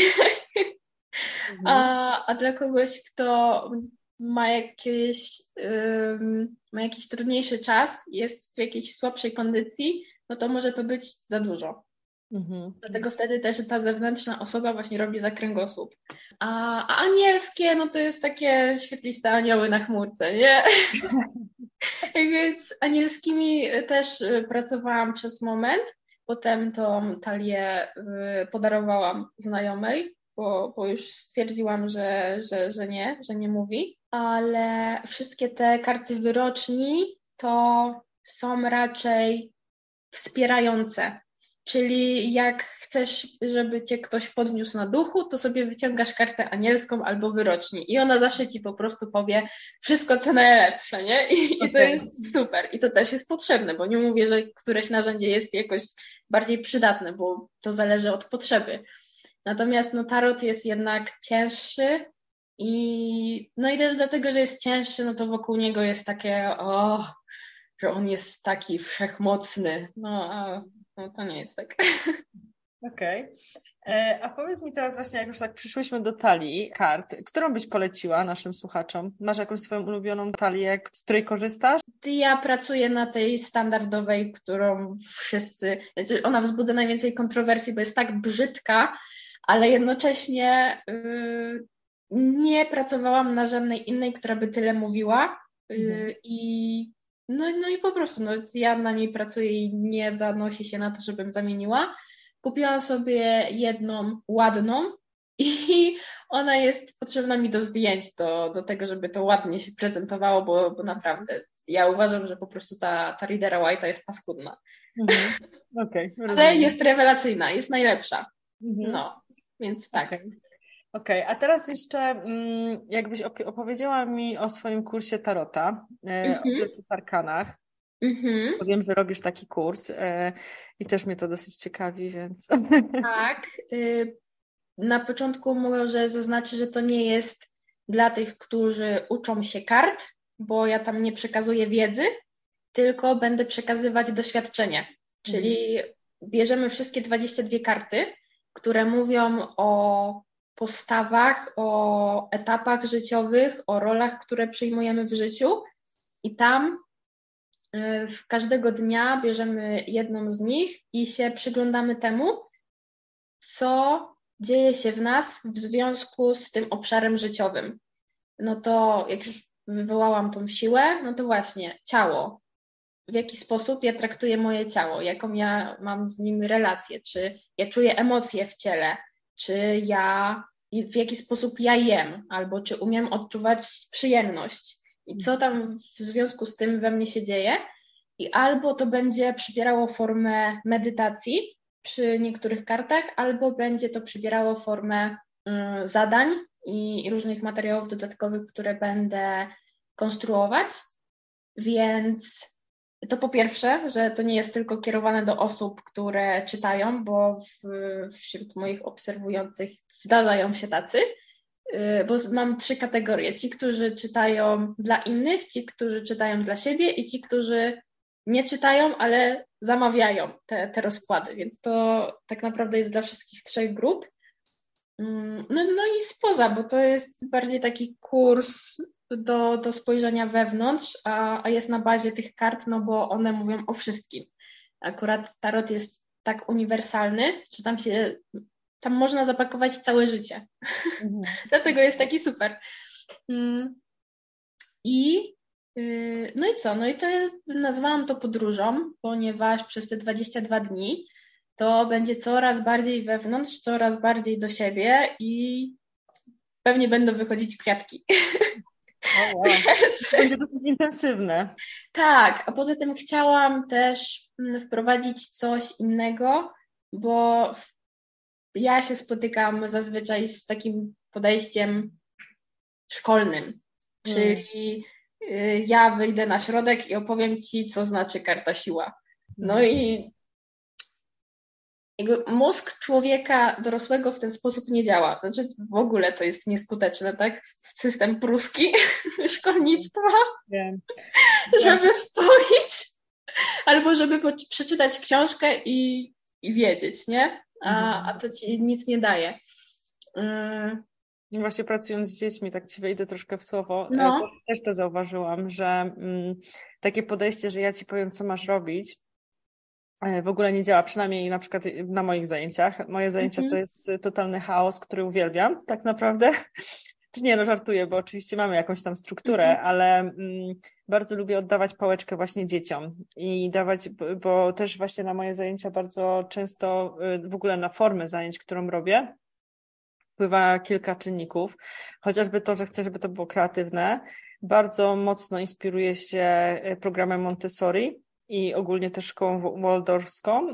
Mhm. A, a dla kogoś, kto ma jakieś, um, ma jakiś trudniejszy czas, jest w jakiejś słabszej kondycji, no to może to być za dużo. Mhm. Dlatego wtedy też ta zewnętrzna osoba właśnie robi za kręgosłup. A, a anielskie, no to jest takie świetliste anioły na chmurce, nie? Więc z anielskimi też pracowałam przez moment, potem tą talię podarowałam znajomej, bo, bo już stwierdziłam, że, że, że nie, że nie mówi, ale wszystkie te karty wyroczni to są raczej wspierające. Czyli jak chcesz, żeby cię ktoś podniósł na duchu, to sobie wyciągasz kartę anielską albo wyroczni i ona zawsze ci po prostu powie wszystko, co najlepsze, nie? I, okay. I to jest super. I to też jest potrzebne, bo nie mówię, że któreś narzędzie jest jakoś bardziej przydatne, bo to zależy od potrzeby. Natomiast no, tarot jest jednak cięższy i no i też dlatego, że jest cięższy, no to wokół niego jest takie o, że on jest taki wszechmocny. No a no to nie jest tak. Okej. Okay. A powiedz mi teraz właśnie, jak już tak przyszłyśmy do talii kart, którą byś poleciła naszym słuchaczom? Masz jakąś swoją ulubioną talię, z której korzystasz? Ja pracuję na tej standardowej, którą wszyscy... Znaczy ona wzbudza najwięcej kontrowersji, bo jest tak brzydka, ale jednocześnie yy, nie pracowałam na żadnej innej, która by tyle mówiła yy, mhm. i No, no i po prostu, no, ja na niej pracuję i nie zanosi się na to, żebym zamieniła. Kupiłam sobie jedną ładną i ona jest potrzebna mi do zdjęć, do, do tego, żeby to ładnie się prezentowało, bo, bo naprawdę ja uważam, że po prostu ta, ta Rider Waite'a jest paskudna. Mhm. Okay, ale jest rewelacyjna, jest najlepsza. Mhm. No, więc tak. Okay. Okej, okay, a teraz jeszcze jakbyś opowiedziała mi o swoim kursie tarota, mm-hmm. o wielkich arkanach. Mm-hmm. Bo wiem, że robisz taki kurs i też mnie to dosyć ciekawi, więc... Tak. Na początku może zaznaczę, że to nie jest dla tych, którzy uczą się kart, bo ja tam nie przekazuję wiedzy, tylko będę przekazywać doświadczenie. Czyli bierzemy wszystkie dwadzieścia dwie karty, które mówią o postawach, o etapach życiowych, o rolach, które przyjmujemy w życiu i tam w każdego dnia bierzemy jedną z nich i się przyglądamy temu, co dzieje się w nas w związku z tym obszarem życiowym. No to jak już wywołałam tą siłę, no to właśnie ciało. W jaki sposób ja traktuję moje ciało, jaką ja mam z nim relację, czy ja czuję emocje w ciele, czy ja, w jaki sposób ja jem, albo czy umiem odczuwać przyjemność i co tam w związku z tym we mnie się dzieje. I albo to będzie przybierało formę medytacji przy niektórych kartach, albo będzie to przybierało formę y, zadań i różnych materiałów dodatkowych, które będę konstruować. Więc to po pierwsze, że to nie jest tylko kierowane do osób, które czytają, bo w, wśród moich obserwujących zdarzają się tacy, bo mam trzy kategorie. Ci, którzy czytają dla innych, ci, którzy czytają dla siebie i ci, którzy nie czytają, ale zamawiają te, te rozkłady, więc to tak naprawdę jest dla wszystkich trzech grup. No, no i spoza, bo to jest bardziej taki kurs do, do spojrzenia wewnątrz, a, a jest na bazie tych kart, no bo one mówią o wszystkim. Akurat tarot jest tak uniwersalny, że tam się, tam można zapakować całe życie. Mhm. Dlatego jest taki super. I no i co? No i to jest, nazwałam to podróżą, ponieważ przez te dwadzieścia dwa dni to będzie coraz bardziej wewnątrz, coraz bardziej do siebie i pewnie będą wychodzić kwiatki. O, wow. To będzie dosyć intensywne. Tak, a poza tym chciałam też wprowadzić coś innego, bo ja się spotykam zazwyczaj z takim podejściem szkolnym, hmm. czyli ja wyjdę na środek i opowiem Ci, co znaczy karta siła. No i jakby mózg człowieka dorosłego w ten sposób nie działa. To znaczy w ogóle to jest nieskuteczne, tak? System pruski szkolnictwa, yeah. żeby wpoić albo żeby przeczytać książkę i, i wiedzieć, nie? A, a to Ci nic nie daje. Y- Właśnie pracując z dziećmi, tak Ci wejdę troszkę w słowo, no. Też to zauważyłam, że mm, takie podejście, że ja Ci powiem, co masz robić, w ogóle nie działa, przynajmniej na przykład na moich zajęciach. Moje zajęcia mm-hmm. to jest totalny chaos, który uwielbiam tak naprawdę. Czy nie, no żartuję, bo oczywiście mamy jakąś tam strukturę, mm-hmm. ale mm, bardzo lubię oddawać pałeczkę właśnie dzieciom i dawać, bo też właśnie na moje zajęcia bardzo często w ogóle na formę zajęć, którą robię, wpływa kilka czynników, chociażby to, że chcę, żeby to było kreatywne. Bardzo mocno inspiruję się programem Montessori i ogólnie też szkołą waldorfską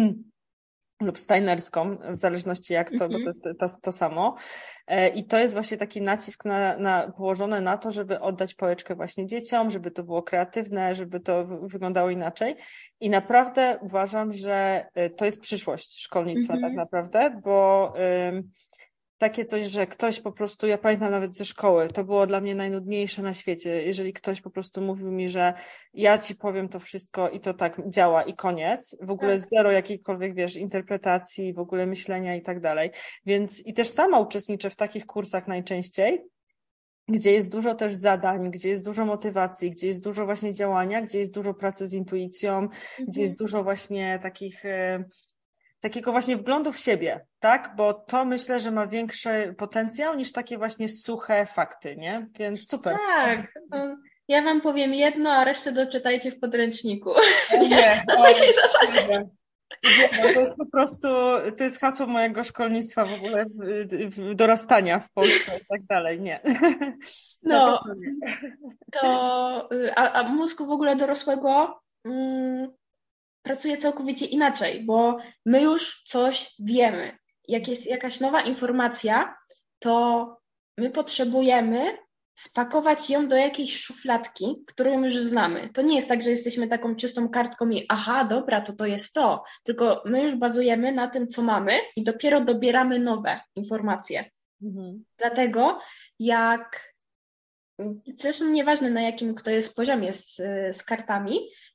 lub steinerską, w zależności jak to, mm-hmm. bo to jest to, to samo. I to jest właśnie taki nacisk na, na, położony na to, żeby oddać pałeczkę właśnie dzieciom, żeby to było kreatywne, żeby to wyglądało inaczej. I naprawdę uważam, że to jest przyszłość szkolnictwa mm-hmm. tak naprawdę, bo ym, takie coś, że ktoś po prostu, ja pamiętam nawet ze szkoły, to było dla mnie najnudniejsze na świecie, jeżeli ktoś po prostu mówił mi, że ja Ci powiem to wszystko i to tak działa i koniec, w ogóle tak. Zero jakiejkolwiek, wiesz, interpretacji, w ogóle myślenia i tak dalej, więc i też sama uczestniczę w takich kursach najczęściej, gdzie jest dużo też zadań, gdzie jest dużo motywacji, gdzie jest dużo właśnie działania, gdzie jest dużo pracy z intuicją, mhm. gdzie jest dużo właśnie takich... takiego właśnie wglądu w siebie, tak? Bo to myślę, że ma większy potencjał niż takie właśnie suche fakty, nie? Więc super. Tak. To ja wam powiem jedno, a resztę doczytajcie w podręczniku. Nie, na takiej zasadzie. Nie. Nie, to jest po prostu, to jest hasło mojego szkolnictwa w ogóle, w, w dorastania w Polsce i tak dalej, nie. No, to, a, a mózg w ogóle dorosłego mm, pracuje całkowicie inaczej, bo my już coś wiemy. Jak jest jakaś nowa informacja, to my potrzebujemy spakować ją do jakiejś szufladki, którą już znamy. To nie jest tak, że jesteśmy taką czystą kartką i aha, dobra, to to jest to. Tylko my już bazujemy na tym, co mamy i dopiero dobieramy nowe informacje. Mhm. Dlatego jak, zresztą nieważne na jakim kto jest poziomie z, z kartami,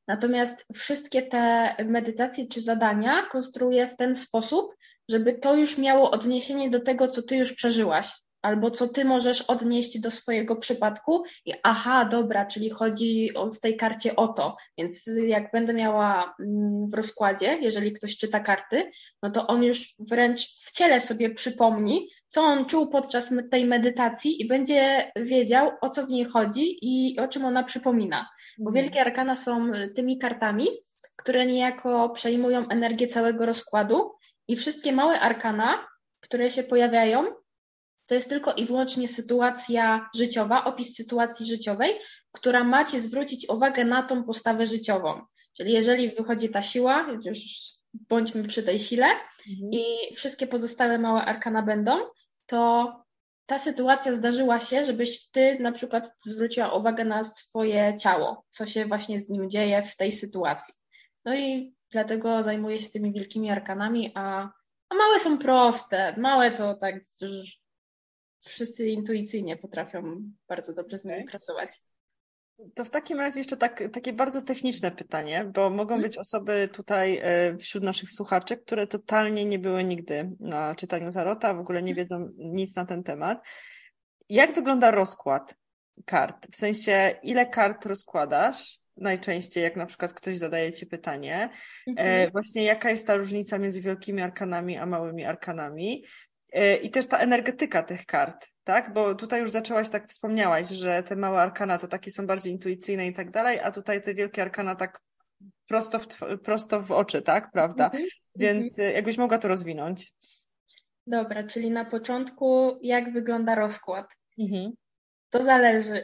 Natomiast wszystkie te medytacje czy zadania konstruuję w ten sposób, żeby to już miało odniesienie do tego, co ty już przeżyłaś, albo co ty możesz odnieść do swojego przypadku i aha, dobra, czyli chodzi o, w tej karcie o to, więc jak będę miała w rozkładzie, jeżeli ktoś czyta karty, no to on już wręcz w ciele sobie przypomni, co on czuł podczas tej medytacji i będzie wiedział, o co w niej chodzi i o czym ona przypomina. Bo wielkie arkana są tymi kartami, które niejako przejmują energię całego rozkładu i wszystkie małe arkana, które się pojawiają, to jest tylko i wyłącznie sytuacja życiowa, opis sytuacji życiowej, która ma ci zwrócić uwagę na tą postawę życiową. Czyli jeżeli wychodzi ta siła, już bądźmy przy tej sile mhm. i wszystkie pozostałe małe arkana będą, to ta sytuacja zdarzyła się, żebyś ty na przykład zwróciła uwagę na swoje ciało, co się właśnie z nim dzieje w tej sytuacji. No i dlatego zajmuję się tymi wielkimi arkanami, a, a małe są proste. Małe to tak wszyscy intuicyjnie potrafią bardzo dobrze z nimi okay. pracować. To w takim razie jeszcze tak, takie bardzo techniczne pytanie, bo mogą hmm? być osoby tutaj wśród naszych słuchaczy, które totalnie nie były nigdy na czytaniu tarota, w ogóle nie wiedzą nic na ten temat. Jak wygląda rozkład kart? W sensie, ile kart rozkładasz? Najczęściej, jak na przykład ktoś zadaje ci pytanie. Hmm. Właśnie jaka jest ta różnica między wielkimi arkanami a małymi arkanami? I też ta energetyka tych kart, tak? Bo tutaj już zaczęłaś, tak wspomniałaś, że te małe arkana to takie są bardziej intuicyjne i tak dalej, a tutaj te wielkie arkana tak prosto w, tw- prosto w oczy, tak? Prawda? Mm-hmm. Więc mm-hmm. jakbyś mogła to rozwinąć. Dobra, czyli na początku jak wygląda rozkład? Mm-hmm. To zależy.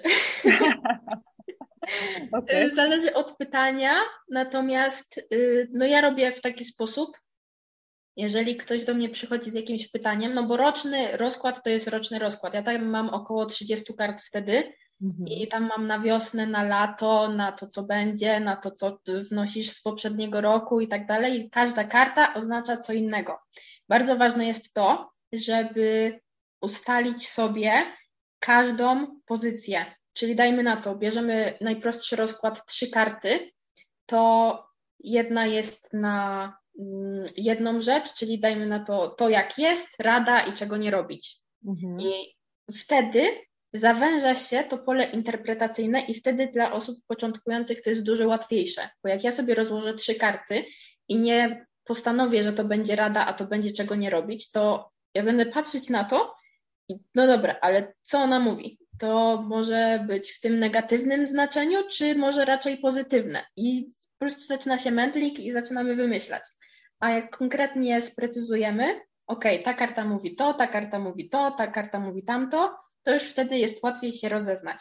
Okay. Zależy od pytania, natomiast no ja robię w taki sposób, jeżeli ktoś do mnie przychodzi z jakimś pytaniem, no bo roczny rozkład to jest roczny rozkład. Ja tam mam około trzydzieści kart wtedy mhm. i tam mam na wiosnę, na lato, na to, co będzie, na to, co wnosisz z poprzedniego roku i tak dalej. I każda karta oznacza co innego. Bardzo ważne jest to, żeby ustalić sobie każdą pozycję. Czyli dajmy na to, bierzemy najprostszy rozkład, trzy karty, to jedna jest na jedną rzecz, czyli dajmy na to, to jak jest, rada i czego nie robić. Mhm. I wtedy zawęża się to pole interpretacyjne i wtedy dla osób początkujących to jest dużo łatwiejsze, bo jak ja sobie rozłożę trzy karty i nie postanowię, że to będzie rada, a to będzie czego nie robić, to ja będę patrzeć na to i no dobra, ale co ona mówi? To może być w tym negatywnym znaczeniu, czy może raczej pozytywne? I po prostu zaczyna się mętlik i zaczynamy wymyślać. A jak konkretnie sprecyzujemy, ok, ta karta mówi to, ta karta mówi to, ta karta mówi tamto, to już wtedy jest łatwiej się rozeznać.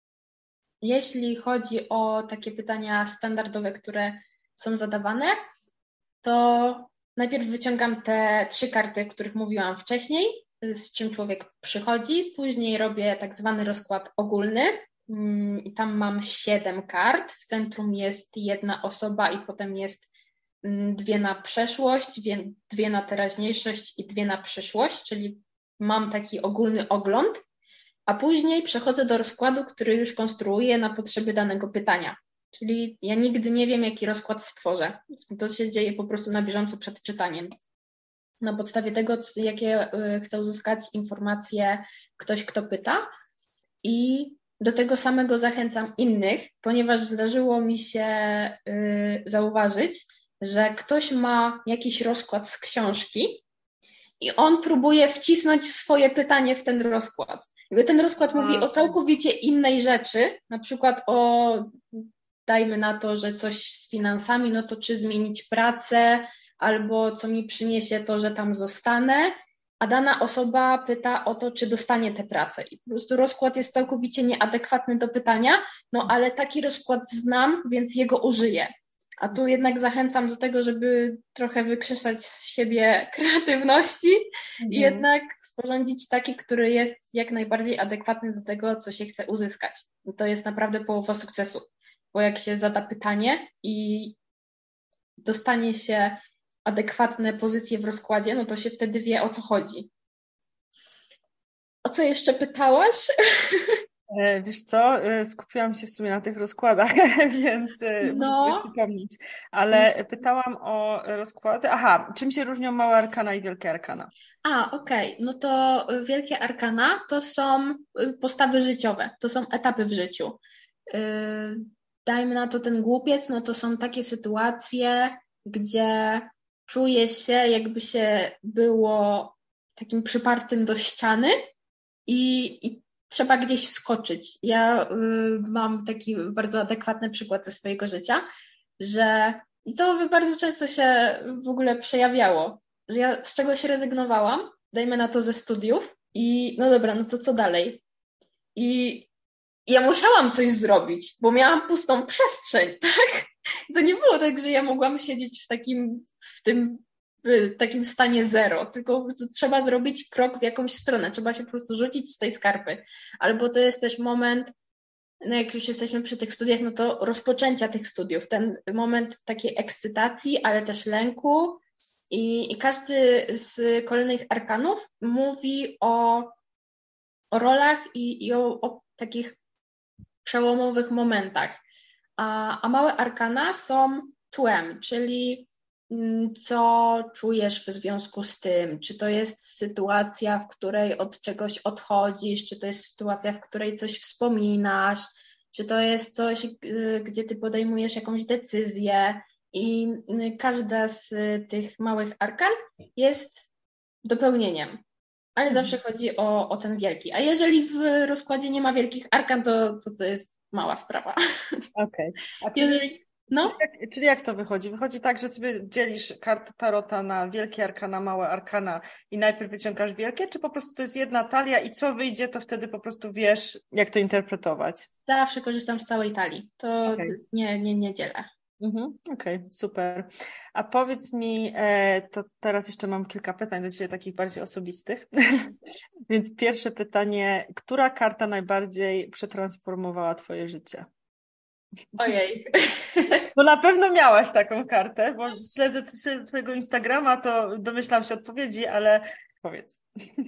Jeśli chodzi o takie pytania standardowe, które są zadawane, to najpierw wyciągam te trzy karty, o których mówiłam wcześniej, z czym człowiek przychodzi, później robię tak zwany rozkład ogólny i tam mam siedem kart, w centrum jest jedna osoba i potem jest dwie na przeszłość, dwie, dwie na teraźniejszość i dwie na przyszłość, czyli mam taki ogólny ogląd, a później przechodzę do rozkładu, który już konstruuję na potrzeby danego pytania. Czyli ja nigdy nie wiem, jaki rozkład stworzę. To się dzieje po prostu na bieżąco przed czytaniem. Na podstawie tego, jakie chce uzyskać informacje ktoś, kto pyta. I do tego samego zachęcam innych, ponieważ zdarzyło mi się yy, zauważyć, że ktoś ma jakiś rozkład z książki i on próbuje wcisnąć swoje pytanie w ten rozkład. Jakby ten rozkład A, mówi o całkowicie innej rzeczy, na przykład o, dajmy na to, że coś z finansami, no to czy zmienić pracę, albo co mi przyniesie to, że tam zostanę, a dana osoba pyta o to, czy dostanie tę pracę. I po prostu rozkład jest całkowicie nieadekwatny do pytania, no ale taki rozkład znam, więc jego użyję. A tu jednak zachęcam do tego, żeby trochę wykrzesać z siebie kreatywności mhm. i jednak sporządzić taki, który jest jak najbardziej adekwatny do tego, co się chce uzyskać. I to jest naprawdę połowa sukcesu, bo jak się zada pytanie i dostanie się adekwatne pozycje w rozkładzie, no to się wtedy wie, o co chodzi. O co jeszcze pytałaś? E, Wiesz co, e, skupiłam się w sumie na tych rozkładach, więc e, muszę sobie No, przypomnieć. Ale pytałam o rozkłady. Aha, czym się różnią małe arkana i wielkie arkana? a okej, no to y, wielkie arkana to są y, postawy życiowe, to są etapy w życiu. Y, Dajmy na to ten głupiec, no to są takie sytuacje, gdzie czuje się, jakby się było takim przypartym do ściany i, i trzeba gdzieś skoczyć. Ja y, mam taki bardzo adekwatny przykład ze swojego życia, że i to bardzo często się w ogóle przejawiało, że ja z czegoś rezygnowałam, dajmy na to ze studiów i no dobra, no to co dalej? I ja musiałam coś zrobić, bo miałam pustą przestrzeń, tak? To nie było tak, że ja mogłam siedzieć w takim, w tym w takim stanie zero, tylko po prostu trzeba zrobić krok w jakąś stronę, trzeba się po prostu rzucić z tej skarpy. Albo to jest też moment, no jak już jesteśmy przy tych studiach, no to rozpoczęcia tych studiów, ten moment takiej ekscytacji, ale też lęku i, i każdy z kolejnych arkanów mówi o, o rolach i, i o, o takich przełomowych momentach. A, a małe arkana są tłem, czyli mm, co czujesz w związku z tym? Czy to jest sytuacja, w której od czegoś odchodzisz? Czy to jest sytuacja, w której coś wspominasz? Czy to jest coś, y, gdzie ty podejmujesz jakąś decyzję? I y, każda z tych małych arkan jest dopełnieniem. Ale zawsze chodzi o, o ten wielki. A jeżeli w rozkładzie nie ma wielkich arkan, to to, to jest mała sprawa. Okej. A czyli, Jeżeli, czyli, no, jak, czyli jak to wychodzi? Wychodzi tak, że sobie dzielisz kartę tarota na wielkie arkana, małe arkana i najpierw wyciągasz wielkie, czy po prostu to jest jedna talia i co wyjdzie, to wtedy po prostu wiesz, jak to interpretować? zawsze korzystam z całej talii. To Okej. nie, nie, nie dzielę. Mhm, okej, super. A powiedz mi, e, to teraz jeszcze mam kilka pytań do Ciebie, takich bardziej osobistych. Więc pierwsze pytanie, która karta najbardziej przetransformowała Twoje życie? Ojej. Bo na pewno miałaś taką kartę, bo śledzę śledzę Twojego Instagrama, to domyślam się odpowiedzi, ale powiedz.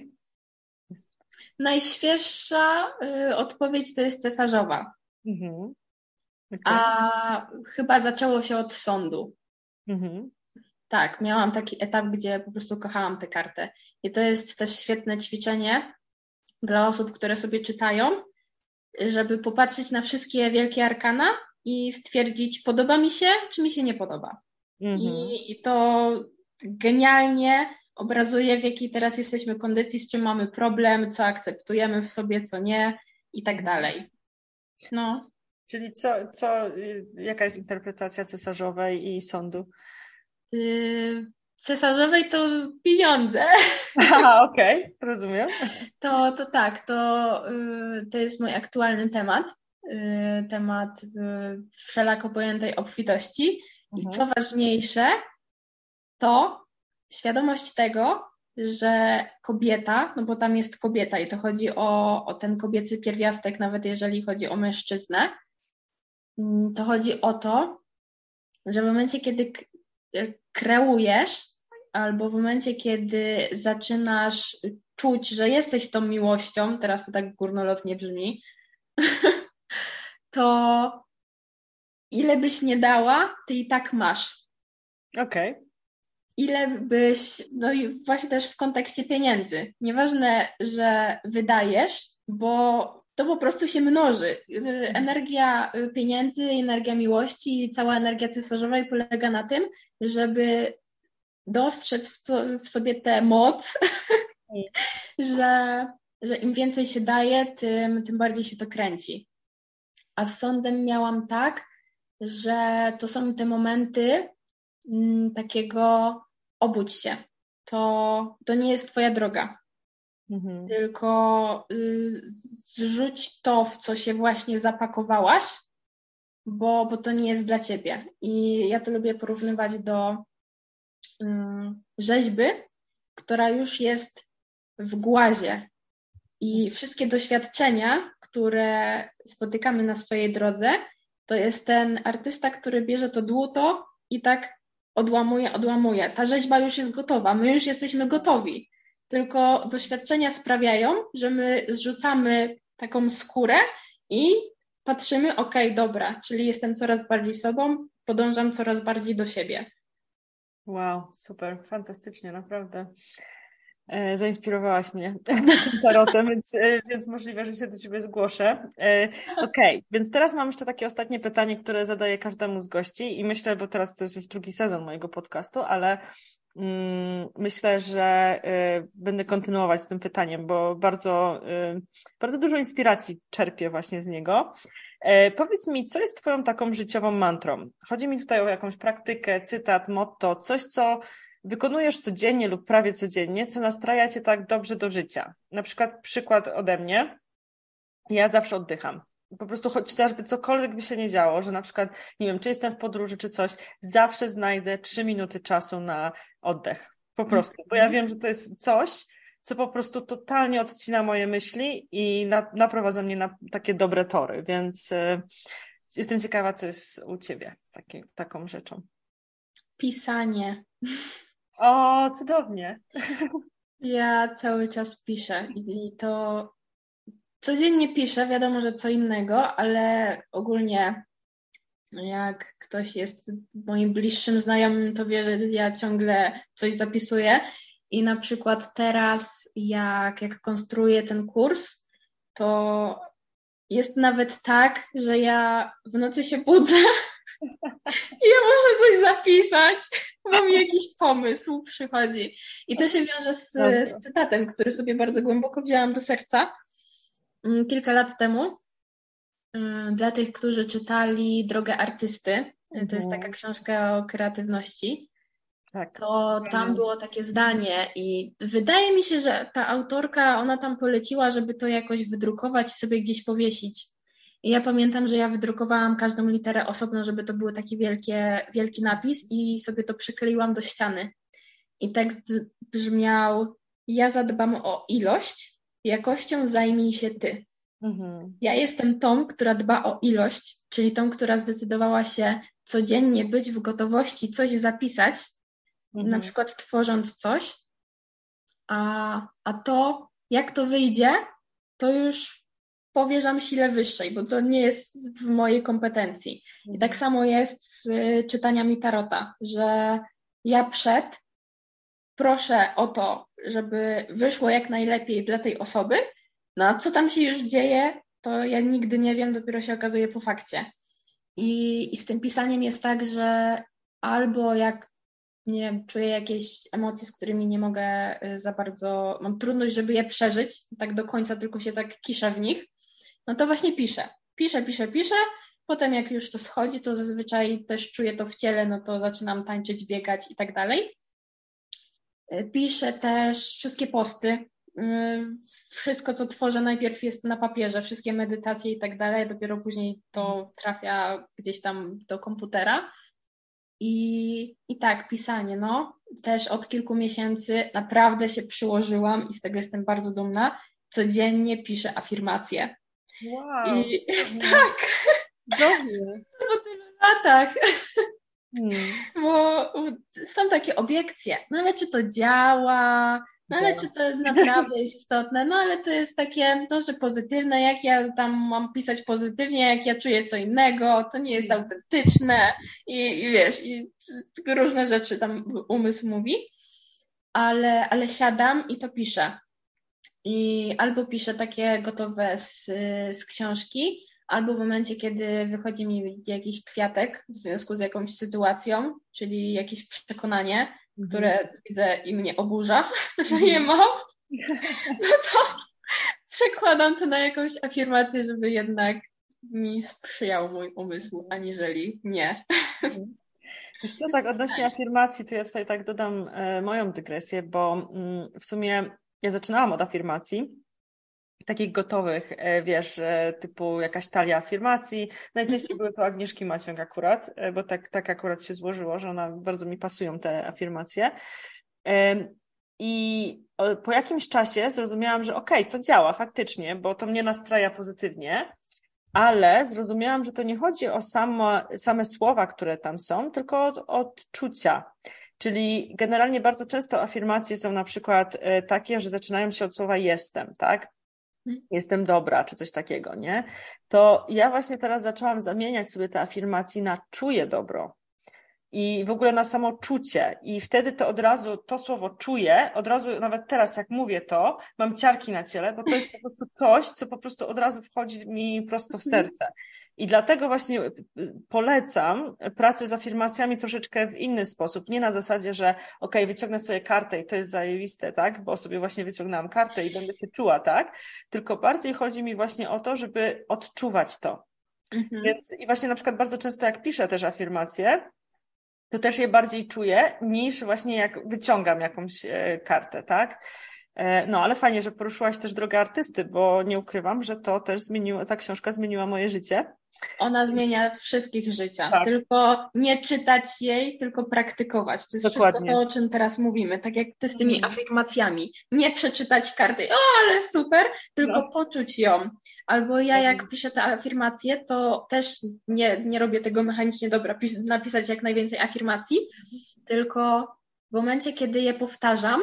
Najświeższa y, odpowiedź to jest cesarzowa. Mhm, okej. A chyba zaczęło się od sądu. Mhm, Tak, miałam taki etap, gdzie po prostu kochałam tę kartę. I to jest też świetne ćwiczenie dla osób, które sobie czytają, żeby popatrzeć na wszystkie wielkie arkana i stwierdzić, podoba mi się, czy mi się nie podoba. mhm. I, i to genialnie obrazuje, w jakiej teraz jesteśmy kondycji, z czym mamy problem, co akceptujemy w sobie, co nie i tak dalej. No, Czyli co, co, y, jaka jest interpretacja cesarzowej i sądu? yy, cesarzowej to pieniądze. Aha, okej, rozumiem. To, to tak, to, yy, to jest mój aktualny temat. Yy, temat yy, wszelako pojętej obfitości. I Mhm. co ważniejsze, to świadomość tego, że kobieta, no bo tam jest kobieta i to chodzi o, o ten kobiecy pierwiastek, nawet jeżeli chodzi o mężczyznę, mm, to chodzi o to, że w momencie, kiedy k- kreujesz, albo w momencie, kiedy zaczynasz czuć, że jesteś tą miłością, teraz to tak górnolotnie brzmi, to ile byś nie dała, ty i tak masz. Okej. Ile byś, no i właśnie też w kontekście pieniędzy. Nieważne, że wydajesz, bo to po prostu się mnoży. Energia pieniędzy, energia miłości i cała energia cesarzowej polega na tym, żeby dostrzec w, to, w sobie tę moc, że, że im więcej się daje, tym, tym bardziej się to kręci. A z sądem miałam tak, że to są te momenty mm, takiego obudź się. To, to nie jest twoja droga, Mhm. tylko y, zrzuć to, w co się właśnie zapakowałaś, bo, bo to nie jest dla ciebie. I ja to lubię porównywać do y, rzeźby, która już jest w głazie. I wszystkie doświadczenia, które spotykamy na swojej drodze, to jest ten artysta, który bierze to dłuto i tak odłamuje, odłamuje. Ta rzeźba już jest gotowa, my już jesteśmy gotowi. Tylko doświadczenia sprawiają, że my zrzucamy taką skórę i patrzymy, okej, okay, dobra, czyli jestem coraz bardziej sobą, podążam coraz bardziej do siebie. Wow, super, fantastycznie, naprawdę. E, zainspirowałaś mnie tym tarotem, więc, e, więc możliwe, że się do ciebie zgłoszę. E, Okej, okay. Więc teraz mam jeszcze takie ostatnie pytanie, które zadaję każdemu z gości i myślę, bo teraz to jest już drugi sezon mojego podcastu, ale mm, myślę, że y, będę kontynuować z tym pytaniem, bo bardzo, y, bardzo dużo inspiracji czerpię właśnie z niego. E, powiedz mi, co jest twoją taką życiową mantrą? Chodzi mi tutaj o jakąś praktykę, cytat, motto, coś, co wykonujesz codziennie lub prawie codziennie, co nastraja cię tak dobrze do życia. Na przykład przykład ode mnie. Ja zawsze oddycham. Po prostu chociażby cokolwiek by się nie działo, że na przykład, nie wiem, czy jestem w podróży, czy coś, zawsze znajdę trzy minuty czasu na oddech. Po prostu. Bo ja wiem, że to jest coś, co po prostu totalnie odcina moje myśli i na, naprowadza mnie na takie dobre tory, więc y, jestem ciekawa, co jest u ciebie taki, taką rzeczą. Pisanie. O, cudownie. Ja cały czas piszę i to codziennie piszę, wiadomo, że co innego, ale ogólnie jak ktoś jest moim bliższym znajomym, to wie, że ja ciągle coś zapisuję i na przykład teraz jak, jak konstruuję ten kurs, to jest nawet tak, że ja w nocy się budzę i ja muszę coś zapisać, bo mi jakiś pomysł przychodzi. I to się wiąże z, z cytatem, który sobie bardzo głęboko wzięłam do serca kilka lat temu. Dla tych, którzy czytali Drogę artysty, to jest taka książka o kreatywności, tak. To tam było takie zdanie i wydaje mi się, że ta autorka, ona tam poleciła, żeby to jakoś wydrukować i sobie gdzieś powiesić. I ja pamiętam, że ja wydrukowałam każdą literę osobno, żeby to był taki wielkie, wielki napis i sobie to przykleiłam do ściany. I tekst brzmiał: ja zadbam o ilość, jakością zajmij się ty. Mhm. Ja jestem tą, która dba o ilość, czyli tą, która zdecydowała się codziennie być w gotowości coś zapisać, mhm. na przykład tworząc coś, a, a to, jak to wyjdzie, to już powierzam sile wyższej, bo to nie jest w mojej kompetencji. Mhm. I tak samo jest z czytaniami tarota, że ja przed proszę o to, żeby wyszło jak najlepiej dla tej osoby, no a co tam się już dzieje, to ja nigdy nie wiem, dopiero się okazuje po fakcie. I, i z tym pisaniem jest tak, że albo jak nie wiem, czuję jakieś emocje, z którymi nie mogę za bardzo, mam trudność, żeby je przeżyć, tak do końca tylko się tak kiszę w nich, no to właśnie piszę. Piszę, piszę, piszę. Potem jak już to schodzi, to zazwyczaj też czuję to w ciele, no to zaczynam tańczyć, biegać i tak dalej. Piszę też wszystkie posty. Wszystko, co tworzę, najpierw jest na papierze, wszystkie medytacje i tak dalej, dopiero później to trafia gdzieś tam do komputera. I, i tak, pisanie, no. Też od kilku miesięcy naprawdę się przyłożyłam i z tego jestem bardzo dumna. Codziennie piszę afirmacje. Wow. I, tak. Dobrze. Po tylu latach. Hmm. Bo są takie obiekcje, no ale czy to działa, no ale czy to naprawdę jest istotne, no ale to jest takie, to, że pozytywne, jak ja tam mam pisać pozytywnie, jak ja czuję co innego, to nie jest autentyczne i, i wiesz, i różne rzeczy tam umysł mówi, ale, ale siadam i to piszę. I albo piszę takie gotowe z, z książki, albo w momencie, kiedy wychodzi mi jakiś kwiatek w związku z jakąś sytuacją, czyli jakieś przekonanie, mm-hmm. które widzę i mnie oburza, że je mam, no to przekładam to na jakąś afirmację, żeby jednak mi sprzyjał mój umysł, aniżeli nie. Wiesz co, tak odnośnie afirmacji, to ja tutaj tak dodam e, moją dygresję, bo mm, w sumie ja zaczynałam od afirmacji, takich gotowych, wiesz, typu jakaś talia afirmacji. Najczęściej były to Agnieszki Maciąg akurat, bo tak, tak akurat się złożyło, że ona, bardzo mi pasują te afirmacje. I po jakimś czasie zrozumiałam, że okej, okay, to działa faktycznie, bo to mnie nastraja pozytywnie, ale zrozumiałam, że to nie chodzi o samo, same słowa, które tam są, tylko od odczucia. Czyli generalnie bardzo często afirmacje są na przykład takie, że zaczynają się od słowa jestem, tak? jestem dobra, czy coś takiego, nie? To ja właśnie teraz zaczęłam zamieniać sobie te afirmacje na czuję dobro. I w ogóle na samoczucie. I wtedy to od razu, to słowo czuję, od razu, nawet teraz jak mówię to, mam ciarki na ciele, bo to jest po prostu coś, co po prostu od razu wchodzi mi prosto w serce. I dlatego właśnie polecam pracę z afirmacjami troszeczkę w inny sposób. Nie na zasadzie, że okej, okay, wyciągnę sobie kartę i to jest zajebiste, tak? Bo sobie właśnie wyciągnęłam kartę i będę się czuła, tak? Tylko bardziej chodzi mi właśnie o to, żeby odczuwać to. Mhm. Więc i właśnie na przykład bardzo często jak piszę też afirmacje, to też je bardziej czuję, niż właśnie jak wyciągam jakąś e, kartę, tak? E, no, ale fajnie, że poruszyłaś też drogę artysty, bo nie ukrywam, że to też zmieniło, ta książka zmieniła moje życie. Ona zmienia wszystkich życia, tak. Tylko nie czytać jej, tylko praktykować. To jest Dokładnie. Wszystko to, o czym teraz mówimy, tak jak ty z tymi mhm. afirmacjami. Nie przeczytać karty, o, ale super, tylko no. poczuć ją. Albo ja jak piszę te afirmacje, to też nie, nie robię tego mechanicznie, dobra, pis- napisać jak najwięcej afirmacji, tylko w momencie, kiedy je powtarzam,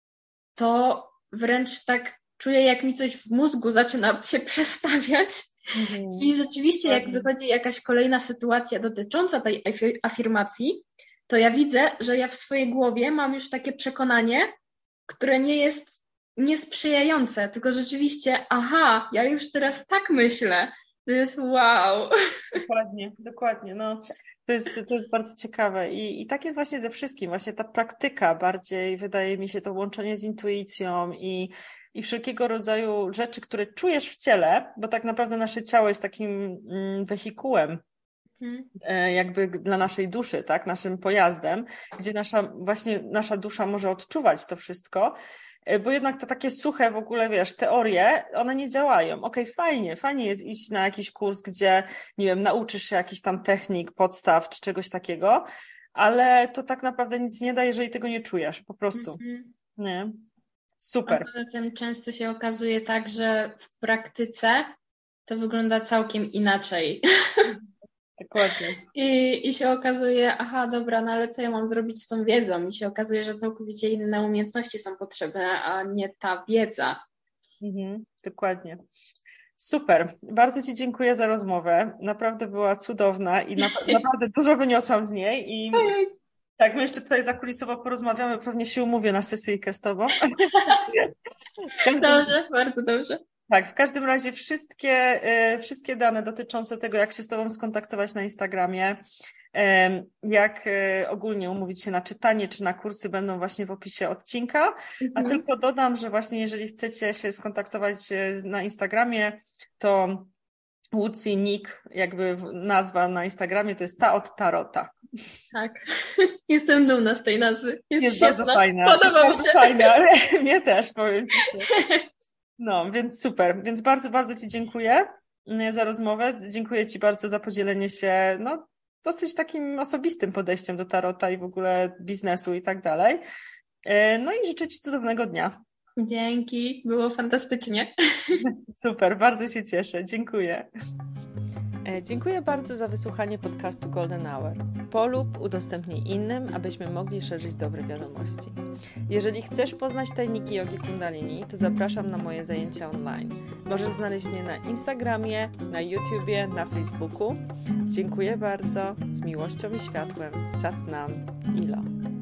to wręcz tak czuję, jak mi coś w mózgu zaczyna się przestawiać. Mhm. I rzeczywiście, jak wychodzi jakaś kolejna sytuacja dotycząca tej afirmacji, to ja widzę, że ja w swojej głowie mam już takie przekonanie, które nie jest niesprzyjające, tylko rzeczywiście, aha, ja już teraz tak myślę. To jest wow. Dokładnie, dokładnie. No, to jest, to jest bardzo ciekawe. I, I tak jest właśnie ze wszystkim. Właśnie ta praktyka bardziej, wydaje mi się, to łączenie z intuicją i, i wszelkiego rodzaju rzeczy, które czujesz w ciele, bo tak naprawdę nasze ciało jest takim mm, wehikułem, Hmm. jakby dla naszej duszy, tak, naszym pojazdem, gdzie nasza, właśnie nasza dusza może odczuwać to wszystko, bo jednak to takie suche w ogóle, wiesz, teorie, one nie działają. Okej, okay, fajnie, fajnie jest iść na jakiś kurs, gdzie, nie wiem, nauczysz się jakichś tam technik, podstaw czy czegoś takiego, ale to tak naprawdę nic nie da, jeżeli tego nie czujesz, po prostu. Mm-hmm. Nie? Super. A poza tym często się okazuje tak, że w praktyce to wygląda całkiem inaczej. Dokładnie. I, I się okazuje, aha, dobra, no ale co ja mam zrobić z tą wiedzą? I się okazuje, że całkowicie inne umiejętności są potrzebne, a nie ta wiedza. Mhm, dokładnie. Super. Bardzo Ci dziękuję za rozmowę. Naprawdę była cudowna i na, naprawdę dużo wyniosłam z niej. I tak, my jeszcze tutaj zakulisowo porozmawiamy, pewnie się umówię na sesyjkę z Tobą. Dobrze, bardzo dobrze. Tak, w każdym razie wszystkie, wszystkie dane dotyczące tego, jak się z Tobą skontaktować na Instagramie, jak ogólnie umówić się na czytanie czy na kursy, będą właśnie w opisie odcinka. A mhm. tylko dodam, że właśnie jeżeli chcecie się skontaktować na Instagramie, to Łucji Nick, jakby nazwa na Instagramie, to jest ta od Tarota. Tak, jestem dumna z tej nazwy. Jest, jest świetna. Bardzo fajna. Podoba mi się. Fajna. Mnie też, powiem Ci. No, więc super. Więc bardzo, bardzo Ci dziękuję za rozmowę. Dziękuję Ci bardzo za podzielenie się, no, dosyć takim osobistym podejściem do tarota i w ogóle biznesu i tak dalej. No i życzę Ci cudownego dnia. Dzięki, było fantastycznie. Super, bardzo się cieszę. Dziękuję. Dziękuję bardzo za wysłuchanie podcastu Golden Hour. Polub, udostępnij innym, abyśmy mogli szerzyć dobre wiadomości. Jeżeli chcesz poznać tajniki jogi kundalini, to zapraszam na moje zajęcia online. Możesz znaleźć mnie na Instagramie, na YouTubie, na Facebooku. Dziękuję bardzo. Z miłością i światłem. Sat Nam Ilo.